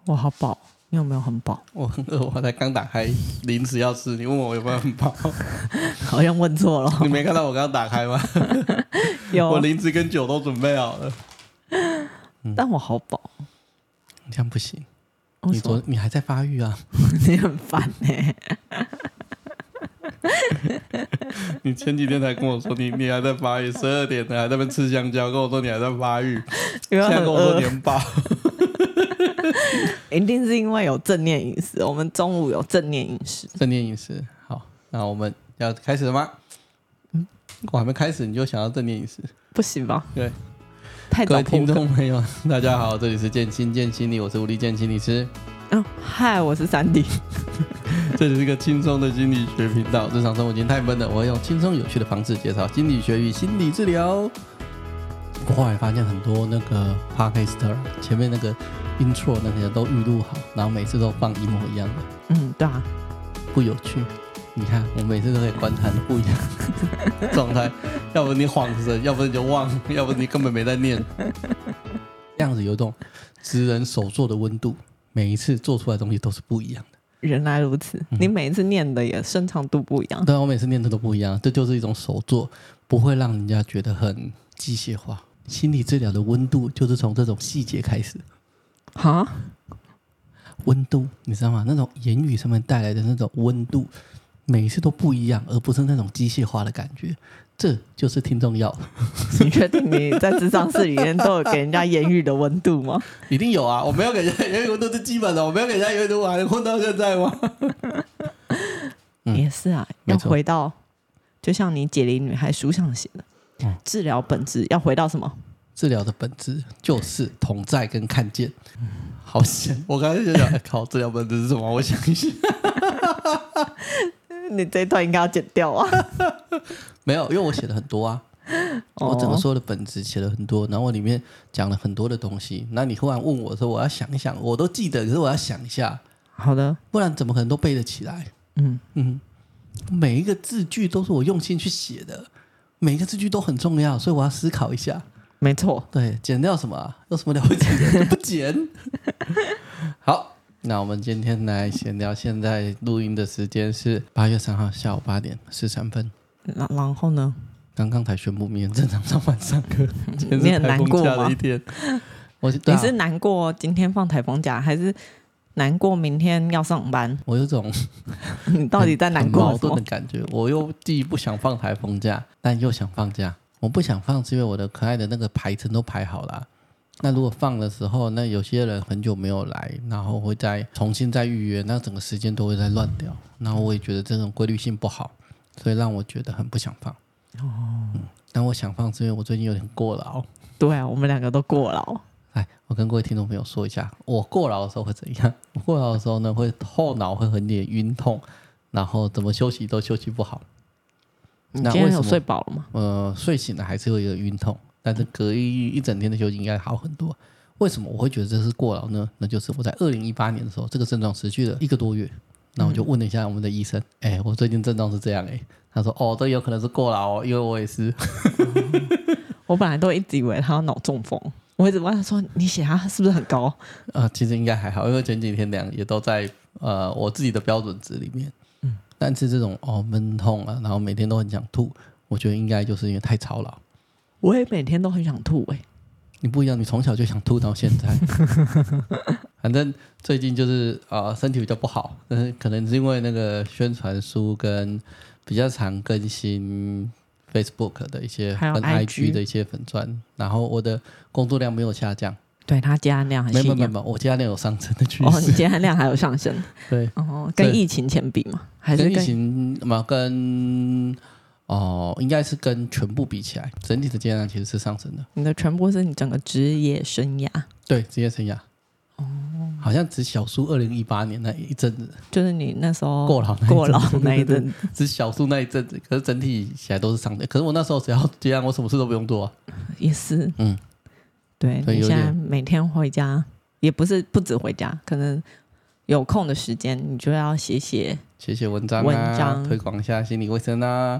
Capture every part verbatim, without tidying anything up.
我好饱，你有没有很饱？ 我很饿，我才刚打开零食要吃，你问我有没有很饱？ 好像问错了。 你没看到我刚刚打开吗？ 有， 我零食跟酒都准备好了。 嗯、但我好饱， 这样不行。你昨你还在发育啊？ 你很烦哎、欸。 你前几天才跟我说你你还在发育，十二点了还在那边吃香蕉，跟我说你还在发育，现在跟我说你很饱。 一定是因为有正念饮食，我们中午有正念饮食。 正念饮食，好，那我们要开始了吗？嗯，我还没开始你就想要正念饮食， 不行吧？ 对， 太早。 各位听众朋友，大家好，这里是健心健心理，我是吴立健心理师。 嗯，嗨，我是三弟。 这里是一个轻松的心理学频道，日常生活已经太闷了，我会用轻松有趣的方式介绍心理学与心理治疗。我后来发现很多那个 podcaster 前面那个 intro 那些都预录好，然后每次都放一模一样的。 嗯，对啊， 不有趣。你看，我每次都可以观察不一样的状态，要不你晃神，要不你就忘，要不你根本没在念。这样子有一种职人手做的温度，每一次做出来的东西都是不一样的。 原来如此，嗯、你每一次念的也深长度不一样。 对啊，我每次念的都不一样，这就是一种手做，不会让人家觉得很机械化。心理治疗的温度就是从这种细节开始。 哈， 温度你知道吗？那种言语上面带来的那种温度，每一次都不一样，而不是那种机械化的感觉。这就是听众要。 你确定你在諮商室里面都有给人家言语的温度吗？ 一定有啊！我没有给人家言语温度是基本的，我没有给人家言语温度，我还能混到现在吗？ 嗯、也是啊，要回到就像你解离女孩书上写的，嗯、治疗本质要回到什么？ 治疗的本质就是同在跟看见。嗯、好险！我刚才就想，靠，治疗本质是什么？我想一下。 你这一段应该要剪掉啊。 没有，因为我写了很多啊，我整个所有的本质写了很多，然后我里面讲了很多的东西。那你忽然问我说，我要想一想，我都记得，可是我要想一下。 好的， 不然怎么可能都背得起来？嗯嗯，每一个字句都是我用心去写的，每一个字句都很重要，所以我要思考一下。 没错， 对，剪掉什么、啊？有什么了不起的？不剪。好。那我们今天来闲聊，现在录音的时间是八月三号下午八点十三分。 然后呢？ 刚刚才宣布明天正常上班上课，今天你很难过吗？ 一天，我、啊、 你是难过今天放台风假，还是难过明天要上班？ 我有种你到底在难过矛盾的感觉，我又既不想放台风假，但又想放假。我不想放是因为我的可爱的那个排程都排好了。那如果放的时候，那有些人很久没有来，然后会再重新再预约，那整个时间都会再乱掉。然后我也觉得这种规律性不好，所以让我觉得很不想放。哦，嗯，但我想放是因为我最近有点过劳。 对啊，我们两个都过劳。 来，我跟各位听众朋友说一下，我过劳的时候会怎样？我过劳的时候呢，会后脑会很点晕痛，然后怎么休息都休息不好。 你今天有睡饱了吗？ 呃，睡醒了还是会有晕痛。但是隔一一整天的休息应该好很多。为什么我会觉得这是过劳呢？那就是我在二零一八年的时候，这个症状持续了一个多月。那我就问了一下我们的医生，哎、嗯欸，我最近症状是这样哎、欸。他说，哦，这有可能是过劳哦，因为我也是。 嗯、我本来都一直以为他有脑中风，我一直问他说，你血压是不是很高？ 呃，其实应该还好，因为前几天量也都在呃我自己的标准值里面。嗯，但是这种哦闷痛啊，然后每天都很想吐，我觉得应该就是因为太操劳。 我也每天都很想吐哎、欸， 你不一样，你从小就想吐到现在。反正最近就是啊、呃，身体比较不好，但是可能是因为那个宣传书跟比较常更新 Facebook 的一些跟 I G 的一些粉专，然后我的工作量没有下降。 对，他接案量很没有没有没有，我接案量有上升的趋势。 哦，你接案量还有上升？ 对， 哦，跟疫情前比吗？还是跟疫情嘛？跟哦，应该是跟全部比起来，整体的接案量其实是上升的。 你的全部是你整个职业生涯？ 对，职业生涯。哦，好像只小数二零一八年那一阵子， 就是你那时候过劳过劳那一阵子， 只小数那一阵子，可是整体起来都是上升。可是我那时候只要接案，我什么事都不用做啊。 也是，嗯，对，你现在每天回家，也不是不止回家，可能有空的时间，你就要写写写写文章啊，文章推广一下心理卫生啊，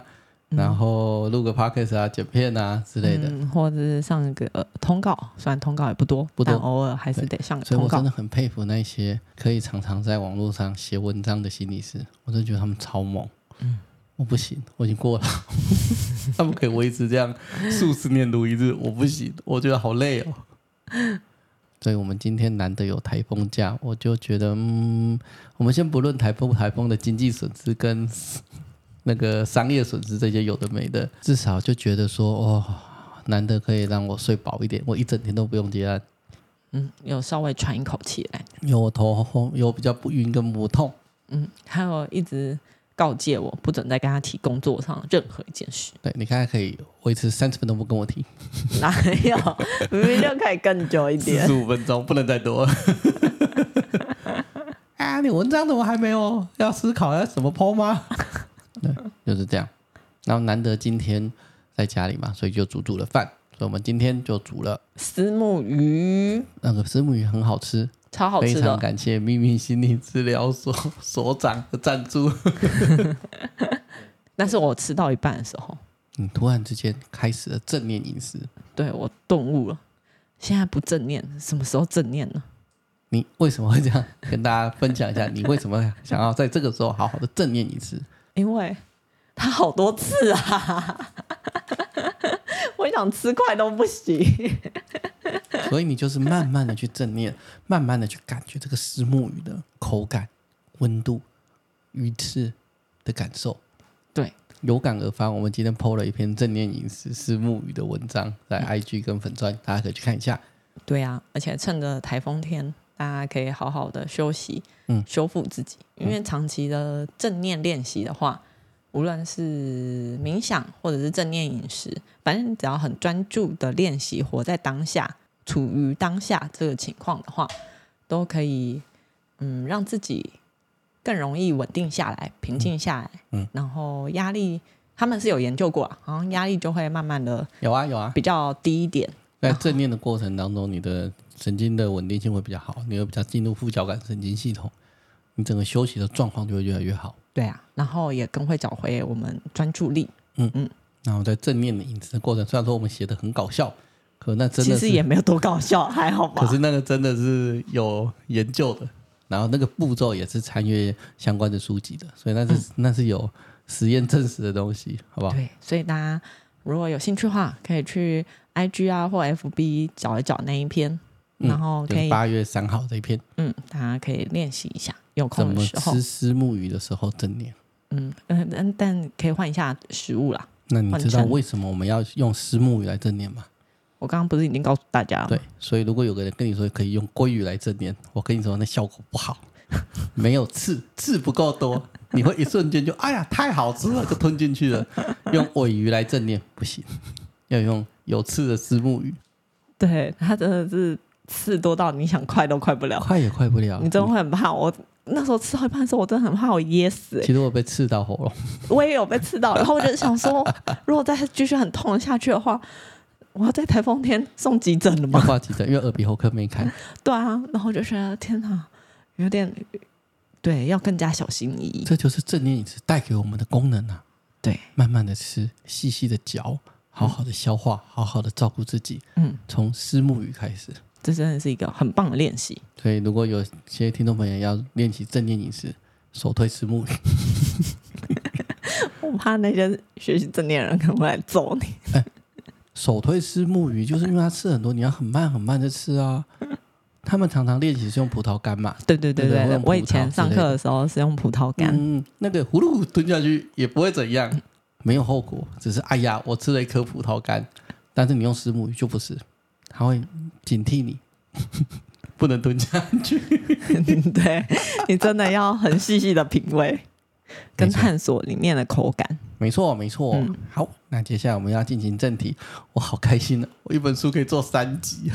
然后录个 podcast 啊、剪片啊之类的， 嗯、或者是上个、呃、通告，虽然通告也不多，不多，但偶尔还是得上个通告。 所以我真的很佩服那些可以常常在网络上写文章的心理师，我真的觉得他们超猛。嗯，我不行，我已经过了。他们可以维持这样数十年如一日，我不行，我觉得好累哦。所以我们今天难得有台风假，我就觉得，嗯，我们先不论台风台风的经济损失跟那个商业损失这些有的没的，至少就觉得说，哦，难得可以让我睡饱一点，我一整天都不用接案。 嗯，有稍微喘一口气来， 有头有比较不晕跟不痛。 嗯，还有一直告诫我不准再跟他提工作上任何一件事。 对，你看可以维持三十分钟不跟我提。 哪有？明明就可以更久一点， 四十五分钟不能再多。啊，你文章怎么还没有？要思考要怎么 po 吗？对，就是这样。然后难得今天在家里嘛，所以就煮煮了饭。所以我们今天就煮了虱目鱼， 那个虱目鱼很好吃， 超好吃的。 非常感谢秘密心理治疗所所长的赞助。 但是我吃到一半的时候， 你突然之间开始了正念饮食， 对，我顿悟了。现在不正念，什么时候正念呢？ 你为什么会这样？跟大家分享一下，你为什么想要在这个时候好好的正念饮食？ 因为它好多次啊，我想吃快都不行。 所以你就是慢慢的去正念，慢慢的去感觉这个虱目鱼的口感、温度、鱼刺的感受。 对， 有感而发。我们今天 po 了一篇正念饮食虱目鱼的文章，在 I G 跟粉专，大家可以去看一下。 对啊，而且趁着台风天，大家可以好好的休息，嗯，修复自己。因为长期的正念练习的话，无论是冥想或者是正念饮食，反正只要很专注的练习，活在当下，处于当下这个情况的话，都可以嗯让自己更容易稳定下来，平静下来。嗯，然后压力他们是有研究过啊，好像压力就会慢慢的有啊有啊比较低一点。 在正念的过程当中，你的神经的稳定性会比较好，你会比较进入副交感神经系统，你整个休息的状况就会越来越好。 对啊，然后也更会找回我们专注力。嗯嗯。 然后在正念的饮食的过程，虽然说我们写的很搞笑，可那真的其实也没有多搞笑，还好吧。 可是那个真的是有研究的，然后那个步骤也是参阅相关的书籍的，所以那是、嗯、那是有实验证实的东西，好不好？ 对，所以大家如果有兴趣的话，可以去 I G 啊或 F B 找一找那一篇，嗯、然后可以八月三号这一篇， 嗯，大家可以练习一下，有空的时候怎么吃虱目鱼的时候正念。 嗯嗯，但可以换一下食物啦。 那你知道为什么我们要用虱目鱼来正念吗？ 我刚刚不是已经告诉大家了吗？ 对，所以如果有个人跟你说可以用鲑鱼来正念，我跟你说那效果不好，没有刺，刺不够多，你会一瞬间就哎呀太好吃了就吞进去了。用尾鱼来正念不行，要用有刺的虱目鱼。 对，它真的是刺多到你想快都快不了， 快也快不了， 你真的会很怕。我那时候吃到一半的时候，我真的很怕我噎死、欸。 其实我被刺到喉咙， 我也有被刺到，然后我就想说，如果再继续很痛下去的话，我要在台风天送急诊了吗？ 要挂急诊，因为耳鼻喉科没开。 对啊，然后就觉得天哪，有点对，要更加小心翼翼。 这就是正念饮食带给我们的功能啊！ 对， 慢慢的吃，细细的嚼，好好的消化，嗯、好好的照顾自己。嗯，从虱目鱼开始。 这真的是一个很棒的练习， 所以如果有些听众朋友要练习正念饮食，首推虱目鱼。 我怕那些学习正念的人可能会来揍你。 欸、首推虱目鱼就是因为他吃很多，你要很慢很慢的吃啊。他们常常练习是用葡萄干嘛？ 对对对 对, 对，我以前上课的时候是用葡萄干， 嗯，那个葫芦吞下去也不会怎样，没有后果，只是哎呀，我吃了一颗葡萄干。但是你用虱目鱼就不是。他会警惕你不能吞下去。 对，你真的要很细细的品味跟探索里面的口感。 没错没错、嗯、好，那接下来我们要进行正题。我好开心啊，我一本书可以做三集。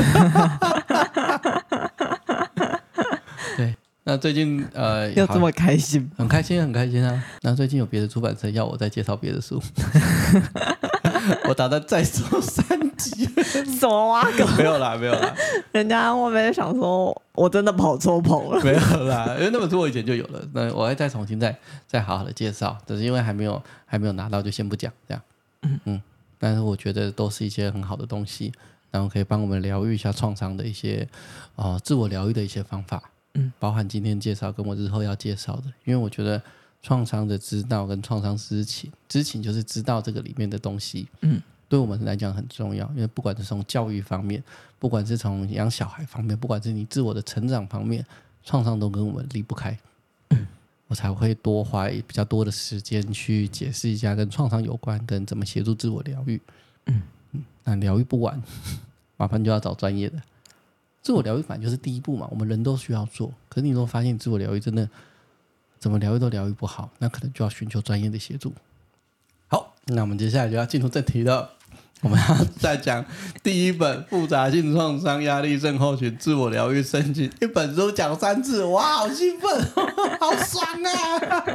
对，那最近呃有这么开心？ 很开心很开心啊。那最近有别的出版社要我再介绍别的书。我打算再做三集。 什么挖狗？ 没有啦，没有啦， 人家外面想说，我真的跑错棚了。 没有啦，因为那本书我以前就有了，那我会再重新再再好好的介绍，只是因为还没有还没有拿到，就先不讲这样。嗯嗯，但是我觉得都是一些很好的东西，然后可以帮我们疗愈一下创伤的一些呃自我疗愈的一些方法。嗯，包含今天介绍跟我日后要介绍的，因为我觉得创伤的知道跟创伤知情，知情就是知道这个里面的东西，嗯，对我们来讲很重要，因为不管是从教育方面，不管是从养小孩方面，不管是你自我的成长方面，创伤都跟我们离不开，嗯，我才会多花比较多的时间去解释一下跟创伤有关，跟怎么协助自我疗愈，嗯嗯，那疗愈不完，麻烦就要找专业的。自我疗愈反正就是第一步嘛，我们人都需要做。可是你如果发现自我疗愈真的怎么疗愈都疗愈不好，那可能就要寻求专业的协助。好，那我们接下来就要进入正题了。我们要再讲第一本《复杂性创伤压力症候群自我疗愈圣经》，一本书讲三次，哇，好兴奋，好爽啊！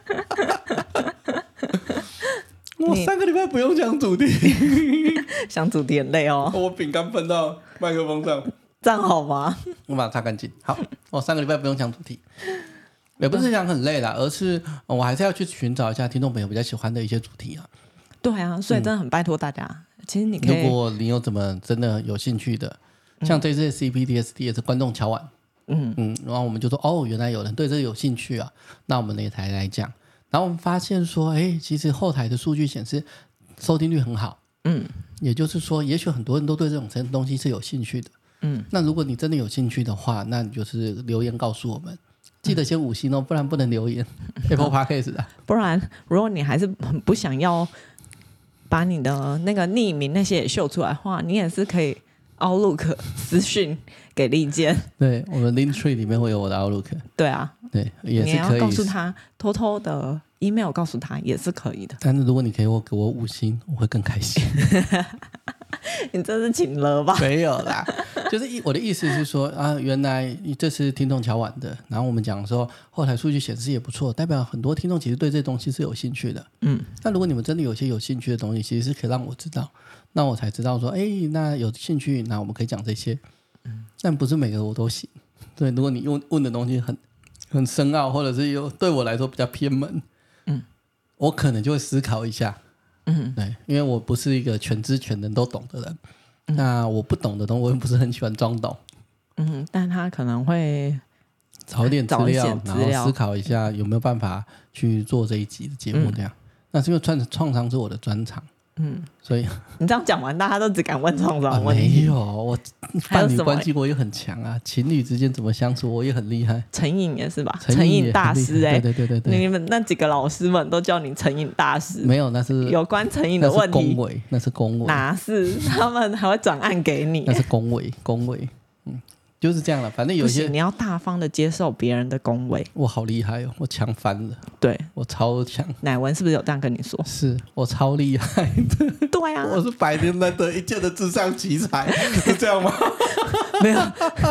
我三个礼拜不用讲主题， 想主题很累哦。 我饼干喷到麦克风上。 这样好吗？ 我把它擦干净。好，我上个礼拜不用讲主题，也不是讲很累啦，而是我还是要去寻找一下听众朋友比较喜欢的一些主题啊。 对啊，所以真的很拜托大家。嗯、其实你可以， 如果你有怎么真的有兴趣的，像这次 C P T S D 也是观众敲碗，嗯嗯，然后我们就说哦，原来有人对这个有兴趣啊，那我们也才来讲。然后我们发现说，哎，其实后台的数据显示收听率很好，嗯，也就是说，也许很多人都对这种东西是有兴趣的。嗯，那如果你真的有兴趣的话，那你就是留言告诉我们，记得先五星哦，不然不能留言。Apple Podcast 啊， 不然如果你还是很不想要把你的那个匿名那些也秀出来的话，你也是可以 Outlook 私讯给利剑。 对，我们 Linktree 里面会有我的 Outlook。 对啊， 对，也是可以。 你要告诉他，偷偷的 email 告诉他也是可以的。 但是如果你给我给我五星，我会更开心。 你这是请了吧？ 没有啦，就是我的意思是说啊，原来这是听众敲碗的，然后我们讲说后台数据显示也不错，代表很多听众其实对这东西是有兴趣的。嗯，那如果你们真的有些有兴趣的东西，其实是可以让我知道，那我才知道说，哎，那有兴趣，那我们可以讲这些。嗯，但不是每个我都行。对，如果你问问的东西很很深奥，或者是有对我来说比较偏门，嗯，我可能就会思考一下。嗯，对，因为我不是一个全知全能都懂的人，嗯、那我不懂的东西，我又不是很喜欢装懂。 嗯，但他可能会找点资料，然后思考一下有没有办法去做这一集的节目这样。嗯、那是因为创创伤是我的专长，嗯，所以你这样讲完，大家都只敢问创伤问题。 啊、没有，我伴侣关系我也很强啊，情侣之间怎么相处我也很厉害。 成瘾也是吧？ 成瘾大师哎、欸， 对对对对， 你们那几个老师们都叫你成瘾大师。 没有，那是有关成瘾的问题。 那是恭维，那是恭维。 哪是？他们还会转案给你、欸。 那是恭维，恭维，嗯。就是这样了，反正有些你要大方的接受别人的恭维。 我好厉害哦，我强翻了。 对， 我超强。 乃文是不是有这样跟你说？ 是我超厉害的。 对啊， 我是百年难得一见的智商奇才，是这样吗？ 没有，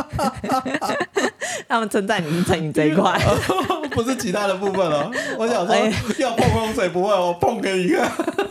他们称赞你是成瘾这一块， 不是其他的部分哦。我想说，哎、要碰风水不会，我碰给你看。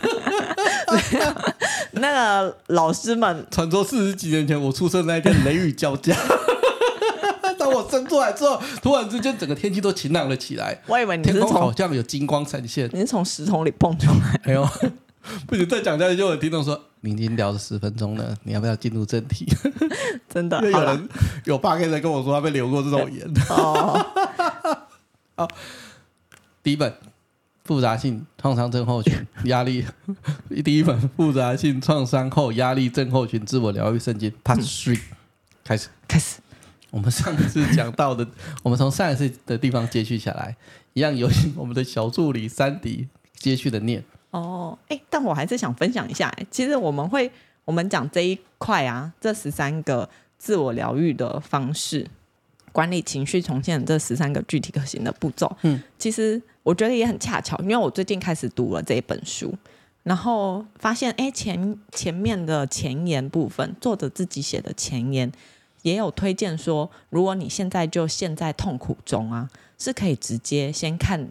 那个老师们， 传说四十几年前我出生那一天，雷雨交加。当我生出来之后，突然之间整个天气都晴朗了起来。 我以为你是从天空好像有金光闪现， 你是从石头里蹦出来。 哎呦，不行，再讲下去就有听众说，你已经聊了十分钟了，你要不要进入正题？ 真的， 因为有人有 podcast 跟我说他被留过这种言。哦，好，第一本。复杂性创伤症候群压力第一本复杂性创伤后压力症候群自我疗愈圣经 Part 三、嗯、开始开始我们上一次讲到的我们从上一次的地方接续下来，一样有请我们的小助理珊迪接续的念哦。哎，但我还是想分享一下，其实我们会我们讲这一块啊，这十三个自我疗愈的方式，管理情绪重现这十三个具体可行的步骤，嗯，其实我觉得也很恰巧，因为我最近开始读了这一本书，然后发现哎，前前面的前言部分，作者自己写的前言也有推荐说，如果你现在就陷在痛苦中啊，是可以直接先看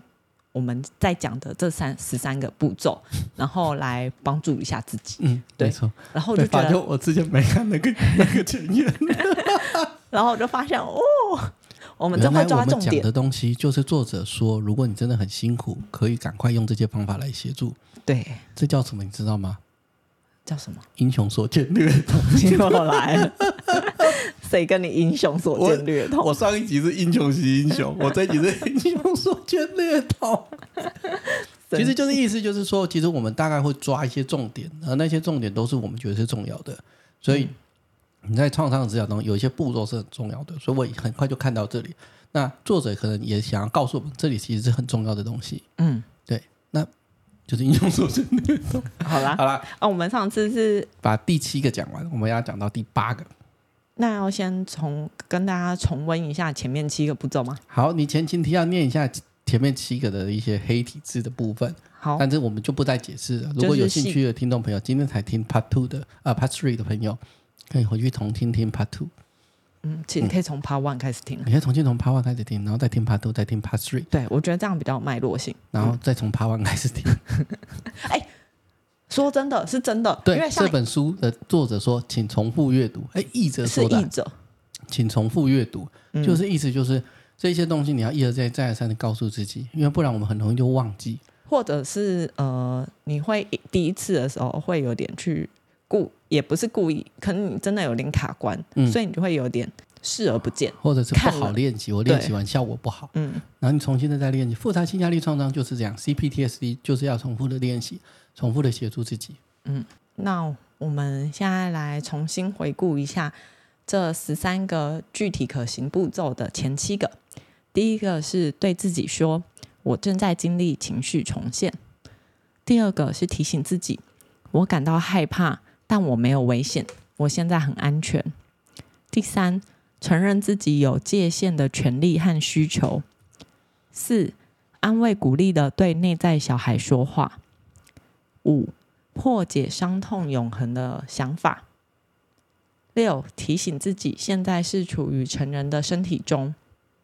我们在讲的这三十三个步骤，然后来帮助一下自己。 嗯， 对， 没错。 然后我就觉得， 我之前没看那个那个前言， 然后我就发现哦，我们真会抓重点。 原来我们讲的东西就是作者说，如果你真的很辛苦，可以赶快用这些方法来协助。 对， 这叫什么？你知道吗？ 叫什么？ 英雄所见略同。 又来了，谁跟你英雄所见略同？ 我, 我上一集是英雄惜英雄，我这一集是英雄所见略同。其实就是意思就是说，其实我们大概会抓一些重点，而那些重点都是我们觉得是重要的。所以你在创伤的指导中有一些步骤是很重要的，所以我很快就看到这里。那作者可能也想要告诉我们，这里其实是很重要的东西。嗯，对，那就是英雄所见略同。 好啦， 好啦， 啊，我们上次是把第七个讲完，我们要讲到第八个。 那要先从跟大家重温一下前面七个步骤吗？ 好，你前情提要念一下前面七个的一些黑体字的部分。 好， 但是我们就不再解释了。如果有兴趣的听众朋友，今天才听 Part Two 的啊 Part Three 的朋友，可以回去重听听 Part Two。 嗯，其实可以从 Part One 开始听， 你可以重新从 Part One 开始听，然后再听 Part Two， 再听 Part Three。 对，我觉得这样比较有脉络性。 然后再从 Part One 开始听。 哎、欸，说真的是真的， 对， 因为像这本书的作者说，请重复阅读。哎，译者说的、啊， 是译者， 请重复阅读， 嗯、 就是意思就是这些东西你要一而再再而三的告诉自己，因为不然我们很容易就忘记。 或者是呃，你会第一次的时候会有点去故，也不是故意，可能你真的有点卡关，嗯、所以你就会有点视而不见， 或者是不好练习，我练习完效果不好，嗯，然后你重新的再练习。复杂性压力创伤就是这样 ，C P T S D 就是要重复的练习，重复的协助自己。 嗯，那我们现在来重新回顾一下这十三个具体可行步骤的前七个。第一个是对自己说，我正在经历情绪重现。第二个是提醒自己，我感到害怕，但我没有危险，我现在很安全。第三，承认自己有界限的权利和需求。四，安慰鼓励的对内在小孩说话。五，破解伤痛永恒的想法。六，提醒自己现在是处于成人的身体中。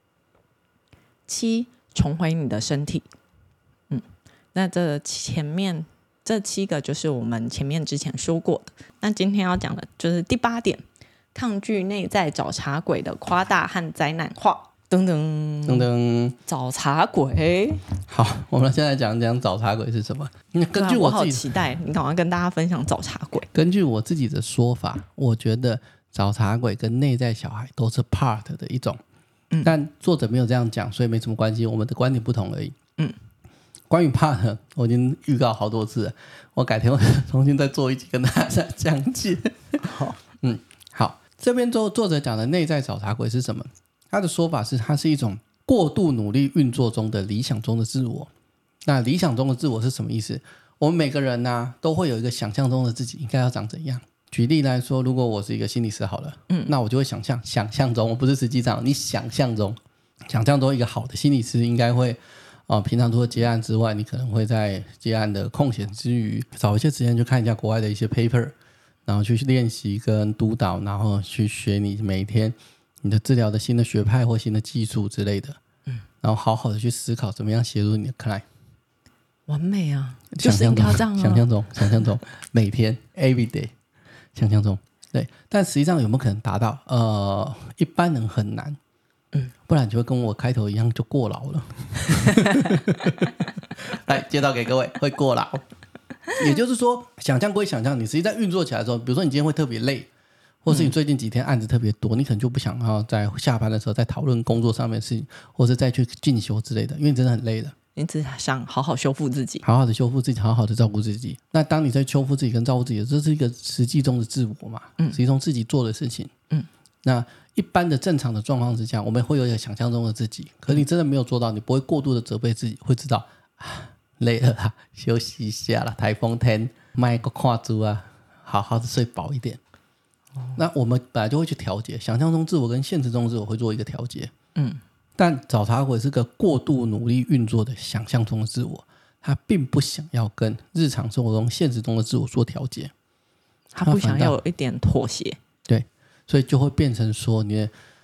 七，重回你的身体。嗯，那这前面这七个就是我们前面之前说过的。那今天要讲的就是第八点，抗拒内在找茬鬼的夸大和灾难化。噔噔噔噔， 找茬鬼。 好，我们现在讲讲找茬鬼是什么。根据我自己， 我好期待你赶快跟大家分享找茬鬼。 根据我自己的说法，我觉得找茬鬼跟内在小孩都是 part 的一种。嗯、但作者没有这样讲，所以没什么关系，我们的观点不同而已。嗯，关于 part 我已经预告好多次了，我改天我重新再做一集跟大家再讲解。好，嗯，好，这边作作者讲的内在找茬鬼是什么？他的说法是，它是一种过度努力运作中的理想中的自我。那理想中的自我是什么意思？我们每个人呢、啊、都会有一个想象中的自己应该要长怎样。举例来说，如果我是一个心理师好了，嗯，那我就会想象，想象中，我不是实际上，你想象中，想象中一个好的心理师应该会，呃、平常除了接案之外，你可能会在接案的空闲之余，找一些时间去看一下国外的一些 paper， 然后去练习跟督导，然后去学你每天你的治疗的新的学派或新的技术之类的，嗯，然后好好的去思考怎么样协助你的 client。 完美啊，就是应该这样啊， 想象中，想象中，每天 every day。想象中，对，但实际上有没有可能达到？呃，一般人很难，嗯，不然就会跟我开头一样就过劳了。来，介绍给各位，会过劳。也就是说，想象归想象，你实际在运作起来的时候，比如说你今天会特别累，或是你最近几天案子特别多，你可能就不想要在下班的时候再讨论工作上面的事情，或是再去进修之类的，因为你真的很累了。 你只想好好修复自己， 好好的修复自己，好好的照顾自己。那当你在修复自己跟照顾自己，这是一个实际中的自我嘛，嗯，实际中自己做的事情，嗯。那一般的正常的状况之下，我们会有一个想象中的自己，可是你真的没有做到，你不会过度的责备自己，会知道啊，累了啦，休息一下啦，台风天卖个跨猪啊，好好的睡饱一点。哦、那我们本来就会去调节，想象中自我跟现实中自我会做一个调节，嗯。但找茬鬼是个过度努力运作的想象中的自我，他并不想要跟日常生活中现实中的自我做调节， 他不想要有一点妥协。 对，所以就会变成说你的，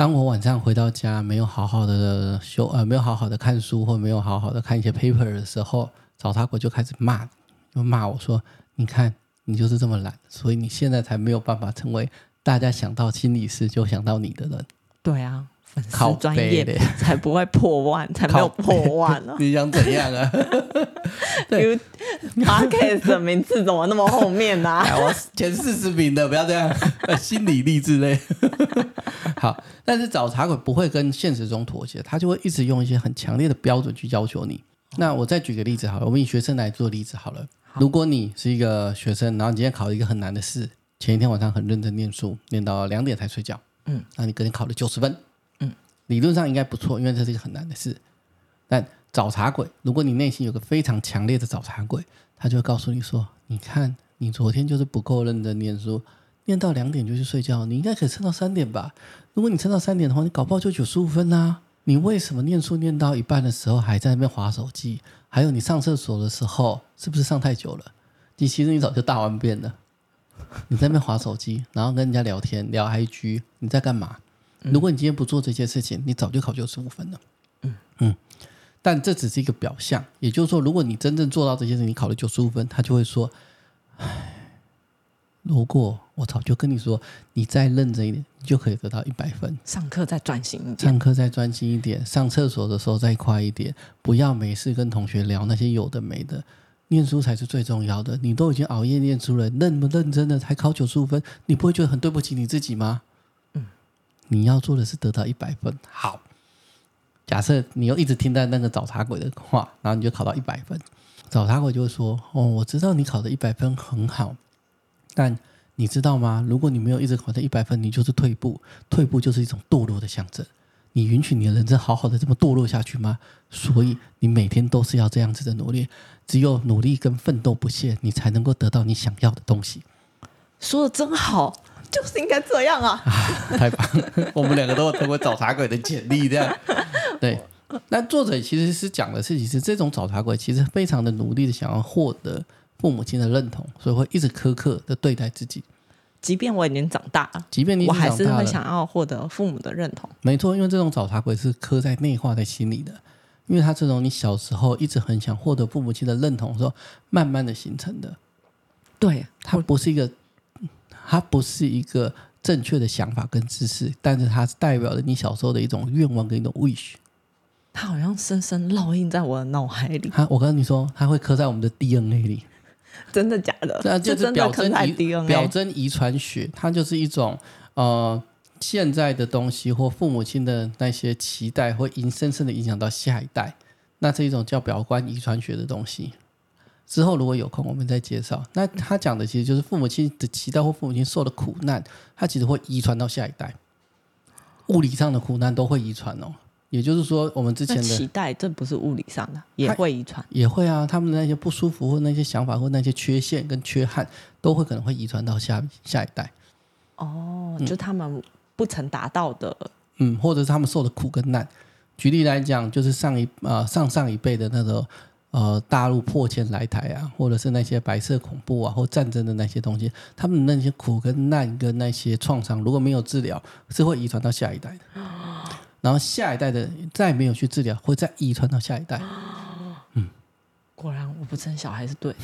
当我晚上回到家没有好好的修呃没有好好的看书或没有好好的看一些 paper 的时候，找茶鬼就开始骂，就骂我说你看你就是这么懒，所以你现在才没有办法成为大家想到心理师就想到你的人。 对啊，粉丝专业才不会破万，才没有破万呢、啊。 你想怎样啊？ 对 ，Podcast 的名次怎么那么后面呢、啊？ 我前四十名的，不要这样，心理励志类。好，但是找茶鬼不会跟现实中妥协，他就会一直用一些很强烈的标准去要求你。那我再举个例子好了，我们以学生来做例子好了。好，如果你是一个学生，然后你今天考了一个很难的试，前一天晚上很认真念书，念到两点才睡觉，嗯，那你隔天考了九十分，嗯，理论上应该不错，因为这是一个很难的事。但找茶鬼，如果你内心有个非常强烈的找茶鬼，他就会告诉你说，你看你昨天就是不够认真念书，念到两点就去睡觉，你应该可以撑到三点吧。如果你撑到三点的话，你搞不好就九十五分啊。你为什么念书念到一半的时候还在那边滑手机？还有你上厕所的时候是不是上太久了？你其实你早就大完便了，你在那边滑手机，然后跟人家聊天聊 I G， 你在干嘛？如果你今天不做这些事情，你早就考九十五分了。嗯嗯，但这只是一个表象，也就是说，如果你真正做到这些事情，你考了九十五分，他就会说，唉，如果我早就跟你说，你再认真一点，你就可以得到一百分。 上课再专心一点， 上课再专心一点，上厕所的时候再快一点，不要没事跟同学聊那些有的没的，念书才是最重要的。你都已经熬夜念书了，认不认真的才考九十五分，你不会觉得很对不起你自己吗？嗯，你要做的是得到一百分。好，假设你又一直听到那个找茶鬼的话，然后你就考到一百分，找茶鬼就会说，哦，我知道你考的一百分很好，但你知道吗？如果你没有一直考到一百分，你就是退步，退步就是一种堕落的象征。你允许你的人生好好的这么堕落下去吗？所以你每天都是要这样子的努力，只有努力跟奋斗不懈，你才能够得到你想要的东西。 说的真好，就是应该这样啊！ 啊太棒了，我们两个都有成为找茶鬼的潜力，这样对。那作者其实是讲的事情是，这种找茶鬼其实非常的努力的想要获得父母亲的认同，所以会一直苛刻的对待自己。 即便我已经长大了， 即便你已经长大了， 我还是会想要获得父母的认同。 没错，因为这种找茶鬼是刻在内化在心里的，因为他这种你小时候一直很想获得父母亲的认同的时候，慢慢的形成的。 对， 它不是一个，它不是一个正确的想法跟知识，但是它是代表了你小时候的一种愿望跟一种 wish。 它好像深深烙印在我的脑海里。 它，我跟你说，它会刻在我们的 D N A 里。 真的假的？ 这就是表征遗 D N A 表征遗传学，它就是一种呃现在的东西或父母亲的那些期待会影深深的影响到下一代，那是一种叫表观遗传学的东西。之后如果有空我们再介绍。那他讲的其实就是父母亲的期待或父母亲受的苦难，它其实会遗传到下一代，物理上的苦难都会遗传哦。也就是说，我们之前的期待，这不是物理上的，也会遗传， 也会啊。他们的那些不舒服或那些想法或那些缺陷跟缺憾，都会可能会遗传到下下一代。 哦，嗯、就他们不曾达到的， 嗯，或者是他们受的苦跟难。举例来讲，就是上一呃上上一辈的那个呃大陆破迁来台啊，或者是那些白色恐怖啊或战争的那些东西，他们的那些苦跟难跟那些创伤，如果没有治疗，是会遗传到下一代的。然后下一代的再没有去治疗，会再遗传到下一代。嗯， 果然我不生小孩是对。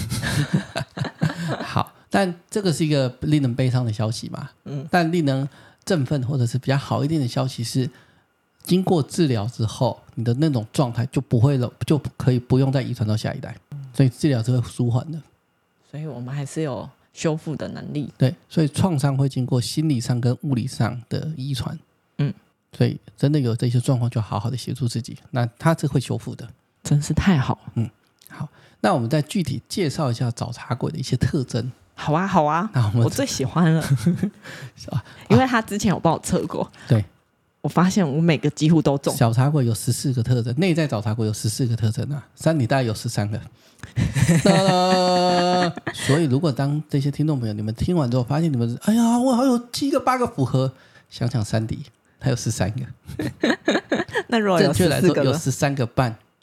好，但这个是一个令人悲伤的消息嘛。嗯，但令人振奋或者是比较好一点的消息是，经过治疗之后，你的那种状态就不会了，就可以不用再遗传到下一代。所以治疗是会舒缓的。 所以我们还是有修复的能力。 对，所以创伤会经过心理上跟物理上的遗传。嗯。所以真的有这些状况，就好好的协助自己，那它是会修复的， 真是太好。 嗯，好，那我们再具体介绍一下找茶鬼的一些特征。 好啊，好啊，那我们我最喜欢了，因为他之前有帮我测过， 对， 我发现我每个几乎都中。 小茶鬼有十四个特征，内在找茶鬼有十四个特征啊，山里大概有十三个。所以如果当这些听众朋友你们听完之后，发现你们哎呀，我还有七个八个符合，想想山底。还有十三个， 那如果有十四个， 正确来说有十三个半，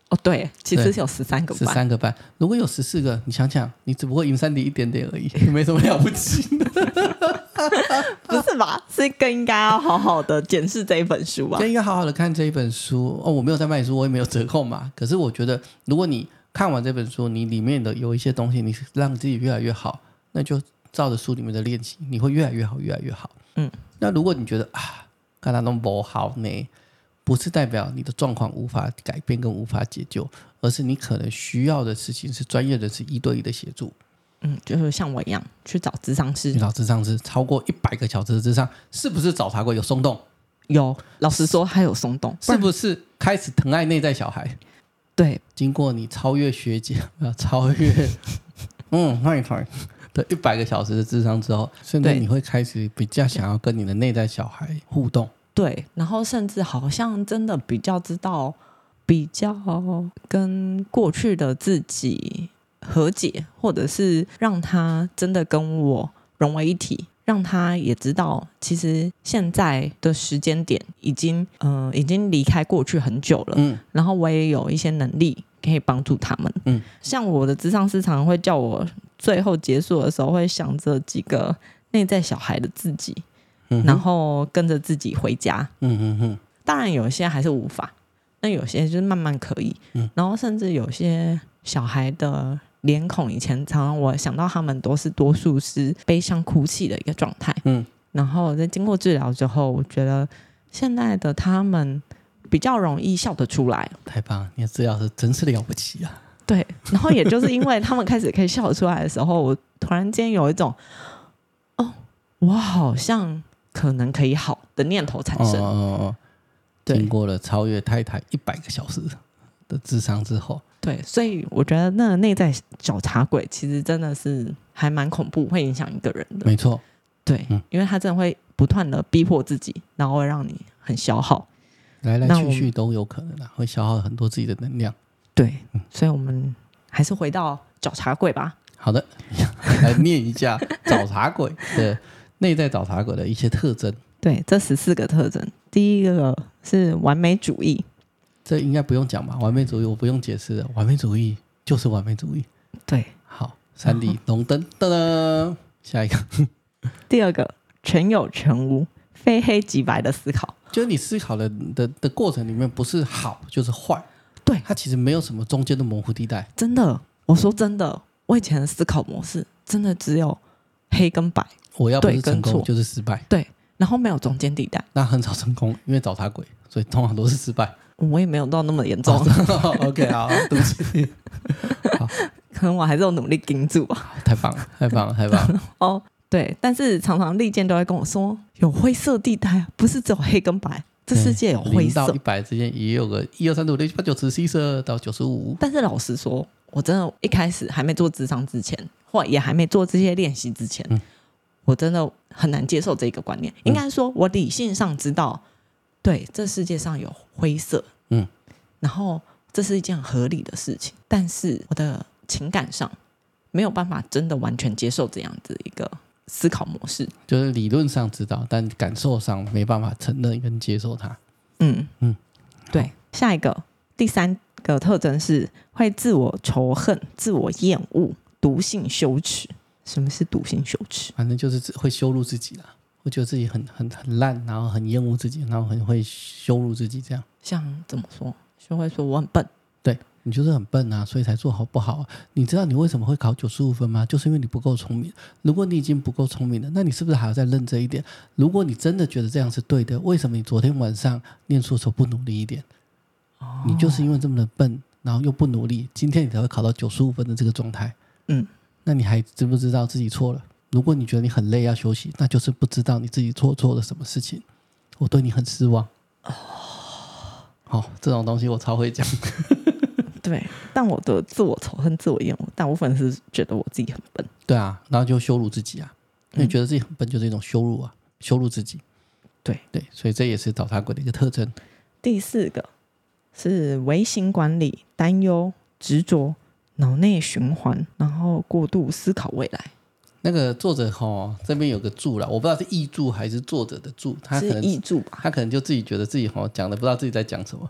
哦，对，其实是有十三个半， 十三个半。如果有十四个，你想想，你只不过赢三迪一点点而已，没什么了不起的。 不是吧？是更应该要好好的检视这一本书吧？ 更应该好好的看这一本书哦。我没有在卖书，我也没有折扣嘛。可是我觉得，如果你看完这本书，你里面的有一些东西，你让自己越来越好，那就照着书里面的练习，你会越来越好，越来越好。嗯，那如果你觉得啊，看他都不好呢，不是代表你的状况无法改变跟无法解救，而是你可能需要的事情是专业人士一对一的协助。 嗯，就是像我一样去找諮商师， 去找諮商师，超过一百个小时的諮商，是不是找茶鬼有松动？ 有，老实说还有松动， 是不是开始疼爱内在小孩？ 对， 经过你超越学姐，超越嗯，那一团的一百个小时的諮商之后，甚至你会开始比较想要跟你的内在小孩互动。 对，然后甚至好像真的比较知道，比较跟过去的自己和解，或者是让他真的跟我融为一体，让他也知道其实现在的时间点已经嗯、呃、已经离开过去很久了，嗯，然后我也有一些能力可以帮助他们，嗯，像我的諮商师常常会叫我最后结束的时候会想着几个内在小孩的自己，嗯，然后跟着自己回家，嗯嗯嗯，当然有些还是无法，那有些就是慢慢可以，嗯，然后甚至有些小孩的脸孔，以前常常我想到他们都是多数是悲伤哭泣的一个状态，嗯，然后在经过治疗之后，我觉得现在的他们比较容易笑得出来。 太棒了，你的治疗师真是了不起啊！ 对，然后也就是因为他们开始可以笑得出来的时候，我突然间有一种哦，我好像可能可以好的念头产生。哦哦哦， 经过了超越太太一百个小时的諮商之后， 对，所以我觉得那个内在小茶鬼其实真的是还蛮恐怖，会影响一个人的。 没错， 对，嗯，因为他真的会不断的逼迫自己，然后会让你很消耗， 来来去去都有可能的，会消耗很多自己的能量。 对，嗯，所以我们还是回到找茶鬼吧。 好的，来念一下找茶鬼的内在找茶鬼的一些特征。 对，这十四个特征，第一个是完美主义。 这应该不用讲吧？完美主义我不用解释了，完美主义就是完美主义。 对， 好，三 D 龙灯，噔噔，下一个。 第二个，全有全无，非黑即白的思考， 就是你思考的的的过程里面，不是好就是坏， 对， 它其实没有什么中间的模糊地带。 真的，我说真的，我以前的思考模式真的只有黑跟白， 我要不是成功就是失败， 对，然后没有中间地带， 那很少成功，因为找茶鬼，所以通常都是失败。 我也没有到那么严重。 哦、OK， 好，对不起。好， 可能我还是有努力盯住啊。 太棒了，太棒了，太棒了。 哦，对，但是常常利剑都会跟我说，有灰色地带，不是只有黑跟白，这世界有灰色。 零到一百之间也有个一二三四五六七八九十十一十二到九十五。 但是老实说，我真的一开始还没做諮商之前，或也还没做这些练习之前，嗯，我真的很难接受这个观念。应该说，我理性上知道。对，这世界上有灰色，嗯，然后这是一件合理的事情，但是我的情感上没有办法真的完全接受这样子一个思考模式， 就是理论上知道，但感受上没办法承认跟接受它。 嗯嗯，对。下一个第三个特征是会自我仇恨、自我厌恶、毒性羞耻。什么是毒性羞耻？ 反正就是会羞辱自己啦。我觉得自己很很很烂，然后很厌恶自己，然后很会羞辱自己，这样。 像怎么说？就会说我很笨。 对，你就是很笨啊，所以才做好不好。你知道你为什么会考九十五分吗？就是因为你不够聪明。如果你已经不够聪明了，那你是不是还要再认真一点？如果你真的觉得这样是对的，为什么你昨天晚上念书的时候不努力一点？哦，你就是因为这么的笨，然后又不努力，今天你才会考到九十五分的这个状态。嗯，那你还知不知道自己错了？如果你觉得你很累要休息，那就是不知道你自己做错了什么事情。我对你很失望。哦，好，这种东西我超会讲。 对，但我的自我仇恨、自我厌恶，大部分是觉得我自己很笨。 对啊，然后就羞辱自己啊，因为觉得自己很笨就是一种羞辱啊，羞辱自己。 对对，所以这也是找茶鬼的一个特征。 第四个是微型管理、担忧、执着、脑内循环，然后过度思考未来。 那个作者齁这边有个注啦，我不知道是译注还是作者的注，他可能是译注吧， 他可能就自己觉得自己齁讲的不知道自己在讲什么。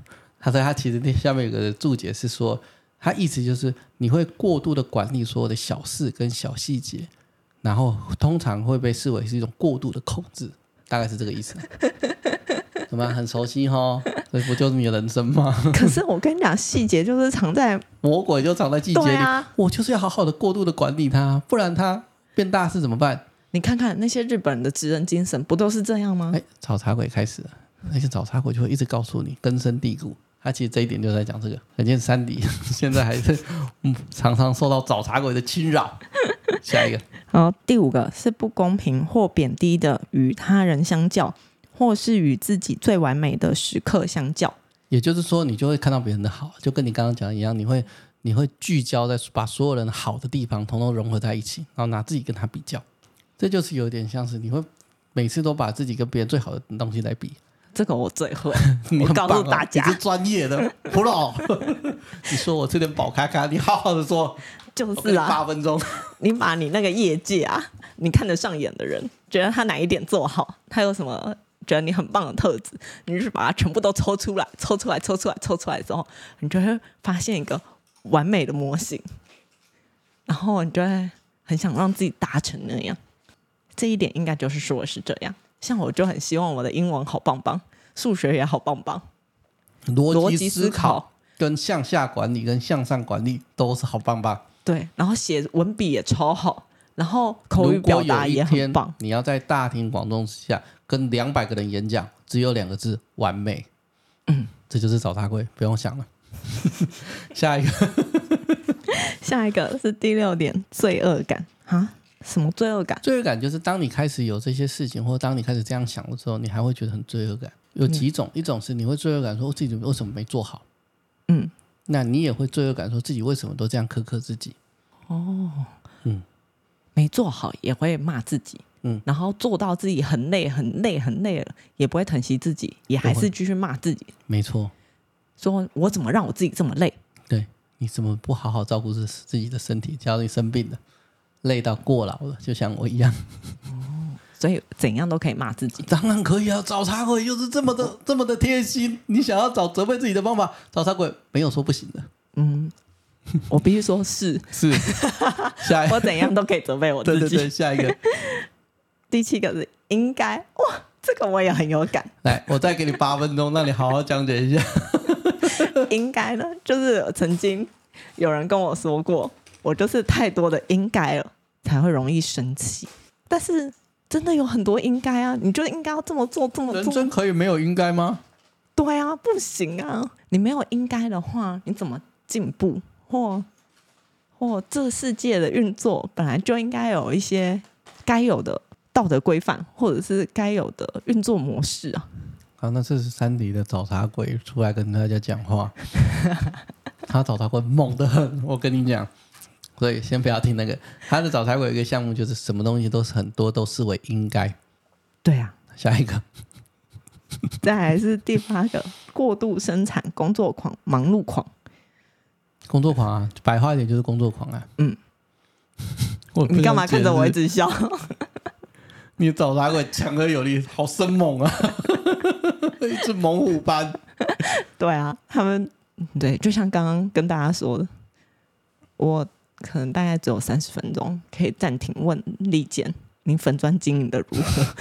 他说他其实那下面有个注解是说，他意思就是你会过度的管理所有的小事跟小细节，然后通常会被视为是一种过度的控制，大概是这个意思。怎么样，很熟悉齁？这不就是你的人生吗？ 可是我跟你讲，细节就是藏在魔鬼就藏在细节里、啊、我就是要好好的过度的管理它，不然它变大事怎么办？ 你看看那些日本人的职人精神不都是这样吗？ 哎，找茶鬼开始了，那些找茶鬼就会一直告诉你根深蒂固，他其实这一点就在讲这个。可见山迪现在还是、嗯、常常受到找茶鬼的侵扰。下一个， 好，第五个是不公平或贬低的与他人相较，或是与自己最完美的时刻相较。 也就是说，你就会看到别人的好，就跟你刚刚讲的一样，你会你会聚焦在把所有人好的地方统统融合在一起，然后拿自己跟他比较。这就是有点像是你会每次都把自己跟别人最好的东西来比。 这个我最会， 我告诉大家， 你是专业的 pro。你说我吃点宝咖咖，你好好的说， 就是啊， 八分钟， 你把你那个业界啊，你看得上眼的人，觉得他哪一点做好，他有什么觉得你很棒的特质，你就是把它全部都抽出来，抽出来，抽出来，抽出来之后，你就会发现一个完美的模型，然后你就会很想让自己达成那样。这一点应该就是说的是这样。像我就很希望我的英文好棒棒，数学也好棒棒， 逻辑思考跟向下管理跟向上管理都是好棒棒。 对，然后写文笔也超好，然后口语表达也很棒。 你要在大庭广众之下跟两百个人演讲，只有两个字：完美。嗯，这就是找他贵，不用想了。下一个， 下一个是第六点，罪恶感啊。什么罪恶感？ 罪恶感就是当你开始有这些事情，或当你开始这样想的时候，你还会觉得很罪恶感。有几种，嗯、一种是你会罪恶感说自己为什么没做好，嗯，那你也会罪恶感说自己为什么都这样苛刻自己。 哦，嗯，没做好也会骂自己，嗯，然后做到自己很累、很累、很累了，也不会疼惜自己，也还是继续骂自己。 没错， 说我怎么让我自己这么累？ 对，你怎么不好好照顾自己的身体？假如你生病了。累到过劳了，就像我一样。 哦，所以怎样都可以骂自己。 当然可以啊，找茶鬼就是这么的这么的贴心。你想要找责备自己的方法，找茶鬼没有说不行的。 嗯，我必须说是是。下一个， 我怎样都可以责备我自己。 对对对，下一个， 第七个是应该。哇，这个我也很有感。 来，我再给你八分钟，让你好好讲解一下。 应该呢，就是曾经有人跟我说过，我就是太多的应该了。才会容易生气，但是真的有很多应该啊，你就应该要这么做这么做。 人生可以没有应该吗？ 对啊，不行啊，你没有应该的话，你怎么进步？或或这世界的运作本来就应该有一些该有的道德规范，或者是该有的运作模式啊。 好，那这是山迪的找茬鬼出来跟大家讲话，他找茬鬼猛得很，我跟你讲。所以先不要听那个，他的找财鬼有一个项目，就是什么东西都是很多都视为应该。 对啊， 下一个， 再来是第八个，过度生产、工作狂、忙碌狂。 工作狂啊，白话一点就是工作狂啊。嗯， 你干嘛看着我一直笑？ 你找财鬼强而有力，好生猛啊，一只猛虎般。 对啊，他们对，就像刚刚跟大家说的，我。可能大概只有三十分钟，可以暂停问利剑，您粉专经营的如何？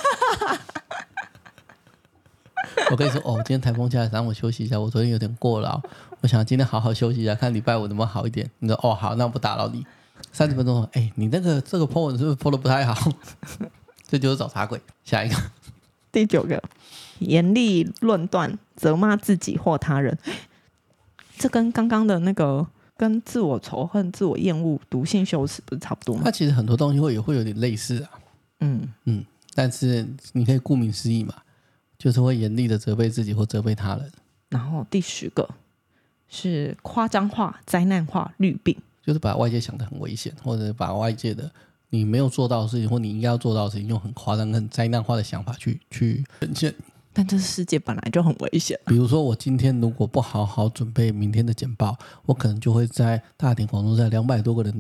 我跟你说，哦，今天台风假，让我休息一下。我昨天有点过劳，我想今天好好休息一下，看礼拜五能不能好一点。你说，哦，好，那我不打扰你。三十分钟，哎、欸，你那个这个 po 文是不是 po 的不太好？这就是找茶鬼。下一个， 第九个，严厉论断、责骂自己或他人。这跟刚刚的那个。跟自我仇恨、自我厌恶、毒性羞耻不是差不多吗？ 它其实很多东西会有会有点类似啊，嗯嗯，但是你可以顾名思义嘛，就是会严厉的责备自己或责备他人。 然后第十个是夸张化、灾难化、虑病， 就是把外界想得很危险，或者把外界的你没有做到的事情或你应该要做到的事情，用很夸张、很灾难化的想法去去呈现。 但这世界本来就很危险。 比如说，我今天如果不好好准备明天的简报，我可能就会在大庭广众在两百多个人的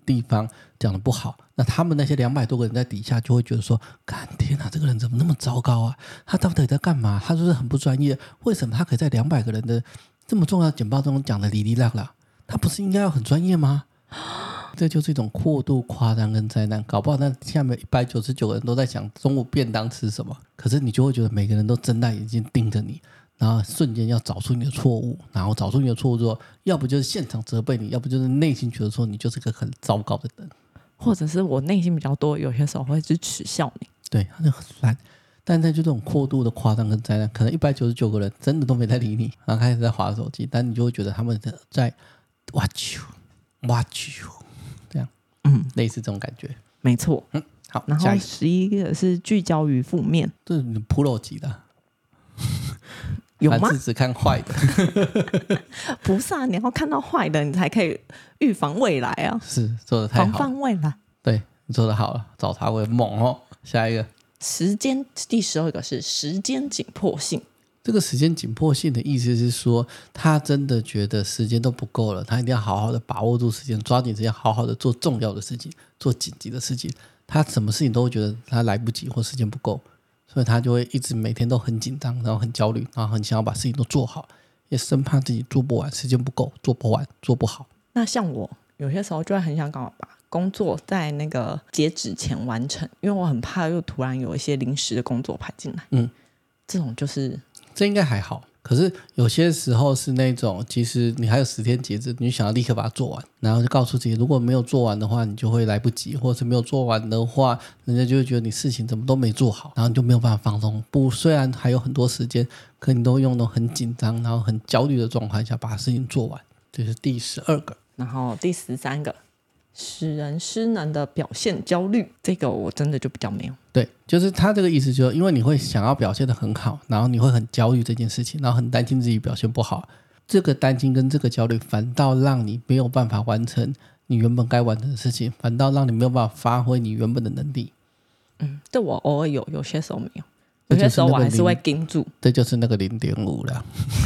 地方讲的不好，那他们那些两百多个人在底下就会觉得说，干天哪，这个人怎么那么糟糕啊？他到底在干嘛？他就是很不专业，为什么他可以在两百个人的这么重要的简报中讲的哩哩啦啦？他不是应该要很专业吗？这就是一种过度夸张跟灾难，搞不好那下面一百九十九个人都在想中午便当吃什么，可是你就会觉得每个人都睁大眼睛盯着你，然后瞬间要找出你的错误，然后找出你的错误之后，要不就是现场责备你，要不就是内心觉得说你就是个很糟糕的人， 或者是我内心比较多，有些时候会去耻笑你， 对，他就很烂。但在就这种过度的夸张跟灾难，可能一百九十九个人真的都没在理你，然后开始在滑手机，但你就会觉得他们在 watch you watch you 这样，嗯，类似这种感觉， 没错。 嗯，好， 然后十一个是聚焦于负面， 这是你 pro 级的， 有吗？ 凡事只看坏的， 不是啊，你要看到坏的，你才可以预防未来啊。 是做的太好了， 防范未来， 对你做的好了，找茬会猛哦。下一个时间，第十二个是时间紧迫性。 这个时间紧迫性的意思是说，他真的觉得时间都不够了，他一定要好好的把握住时间，抓紧时间，好好的做重要的事情，做紧急的事情。他什么事情都会觉得他来不及或时间不够，所以他就会一直每天都很紧张，然后很焦虑，然后很想要把事情都做好，也生怕自己做不完，时间不够，做不完，做不好。 那像我有些时候就会很想赶快把工作在那个截止前完成，因为我很怕又突然有一些临时的工作排进来。嗯，这种就是这应该还好，可是有些时候是那种其实你还有十天截止，你想要立刻把它做完，然后就告诉自己如果没有做完的话你就会来不及，或者是没有做完的话人家就会觉得你事情怎么都没做好，然后你就没有办法放松。不，虽然还有很多时间，可你都用那种很紧张然后很焦虑的状态下把事情做完。这是第十二个。 然后第十三个使人失能的表现焦虑，这个我真的就比较没有。 对，就是他这个意思，就是因为你会想要表现得很好，然后你会很焦虑这件事情，然后很担心自己表现不好，这个担心跟这个焦虑反倒让你没有办法完成你原本该完成的事情，反倒让你没有办法发挥你原本的能力。 嗯，这我偶尔有，有些时候没有，有些时候我还是会盯住。 这就是那个 零点五 了。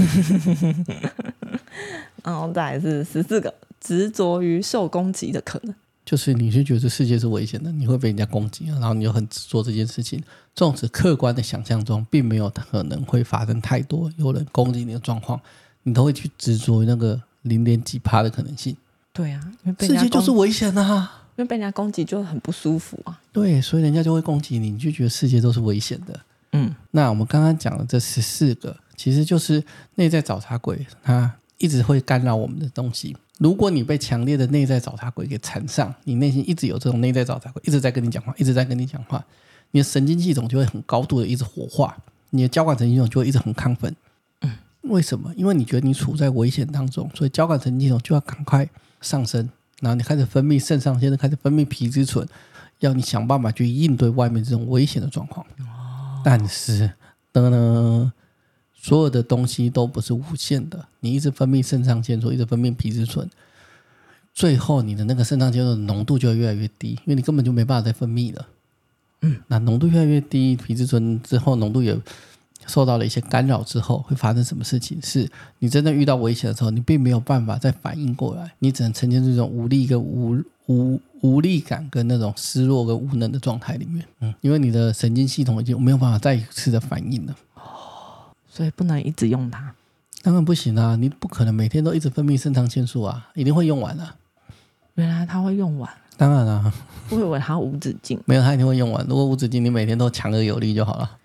然后再来是十四个执着于受攻击的可能， 就是你是觉得世界是危险的，你会被人家攻击，然后你又很执着这件事情，纵使客观的想象中并没有可能会发生太多有人攻击你的状况，你都会去执着于那个零点几趴的可能性。 对啊，因为被人家世界就是危险啊， 因为被人家攻击就很不舒服啊。 对，所以人家就会攻击你，你就觉得世界都是危险的。嗯，那我们刚刚讲的这十四个其实就是内在找茬鬼，它一直会干扰我们的东西。如果你被强烈的内在找茬鬼给缠上，你内心一直有这种内在找茬鬼一直在跟你讲话，一直在跟你讲话，你的神经系统就会很高度的一直活化，你的交感神经系统就会一直很亢奋。嗯，为什么？因为你觉得你处在危险当中，所以交感神经系统就要赶快上升，然后你开始分泌肾上腺素，开始分泌皮质醇，要你想办法去应对外面这种危险的状况。哦，但是噔噔，所有的东西都不是无限的，你一直分泌肾上腺素，一直分泌皮质醇，最后你的那个肾上腺素的浓度就会越来越低，因为你根本就没办法再分泌了。嗯，那浓度越来越低，皮质醇之后浓度也受到了一些干扰之后，会发生什么事情？是你真的遇到危险的时候，你并没有办法再反应过来，你只能呈现这种无力跟无无无力感跟那种失落跟无能的状态里面。嗯，因为你的神经系统已经没有办法再一次的反应了。 所以不能一直用它。 当然不行啊，你不可能每天都一直分泌肾上腺素啊，一定会用完啊。 原来它会用完？ 当然啊， 我以为它无止境。 没有，它一定会用完。如果无止境，你每天都强而有力就好了。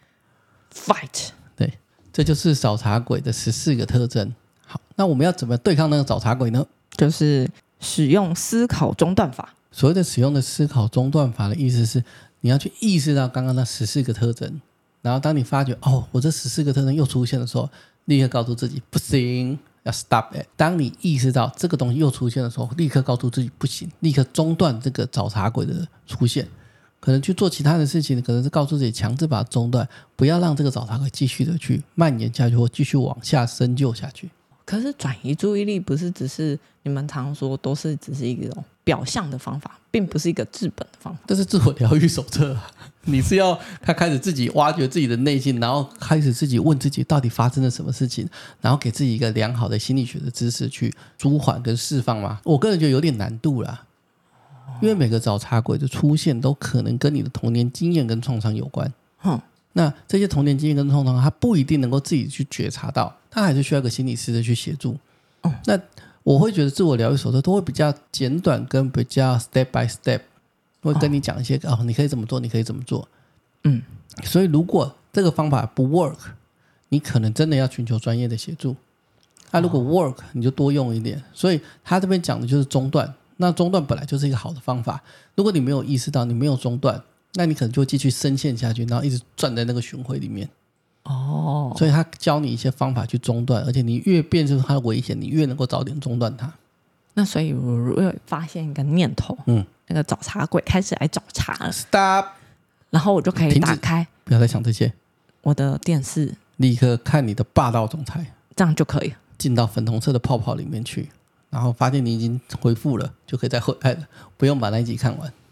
Fight。 对，这就是找茬鬼的十四个特征。好，那我们要怎么对抗那个找茬鬼呢？ 就是使用思考中断法。 所谓的使用的思考中断法的意思是，你要去意识到刚刚那十四个特征。然后当你发觉哦，我这十四个特征又出现的时候，立刻告诉自己不行，要 stop it。当你意识到这个东西又出现的时候，立刻告诉自己不行，立刻中断这个找茬鬼的出现，可能去做其他的事情，可能是告诉自己强制把它中断，不要让这个找茬鬼继续的去蔓延下去，或继续往下深究下去。 可是转移注意力不是只是你们常说都是只是一种表象的方法，并不是一个治本的方法。 这是自我疗愈手册啊，你是要他开始自己挖掘自己的内心，然后开始自己问自己到底发生了什么事情，然后给自己一个良好的心理学的知识去舒缓跟释放吗？我个人觉得有点难度啦。 因为每个找茬鬼的出现都可能跟你的童年经验跟创伤有关。 哦， 那这些童年经验跟创伤，他不一定能够自己去觉察到，他还是需要一个心理师的去协助。 哦， 那我会觉得自我疗愈手册都会比较简短，跟比较 step by step， 会跟你讲一些 哦, 哦，你可以怎么做，你可以怎么做。 嗯， 所以如果这个方法不 work， 你可能真的要寻求专业的协助。那、啊、如果 work， 你就多用一点。所以他这边讲的就是中断。那中断本来就是一个好的方法，如果你没有意识到你没有中断，那你可能就会继续深陷下去，然后一直转在那个循环里面。 哦， 所以他教你一些方法去中断，而且你越辨识它的危险，你越能够早点中断它。 那所以我如果发现一个念头，嗯，那个找茬鬼开始来找茬了 ，stop， 然后我就可以打开， 不要再想这些， 我的电视， 立刻看你的霸道总裁， 这样就可以进到粉红色的泡泡里面去，然后发现你已经恢复了，就可以再回来了，不用把那一集看完。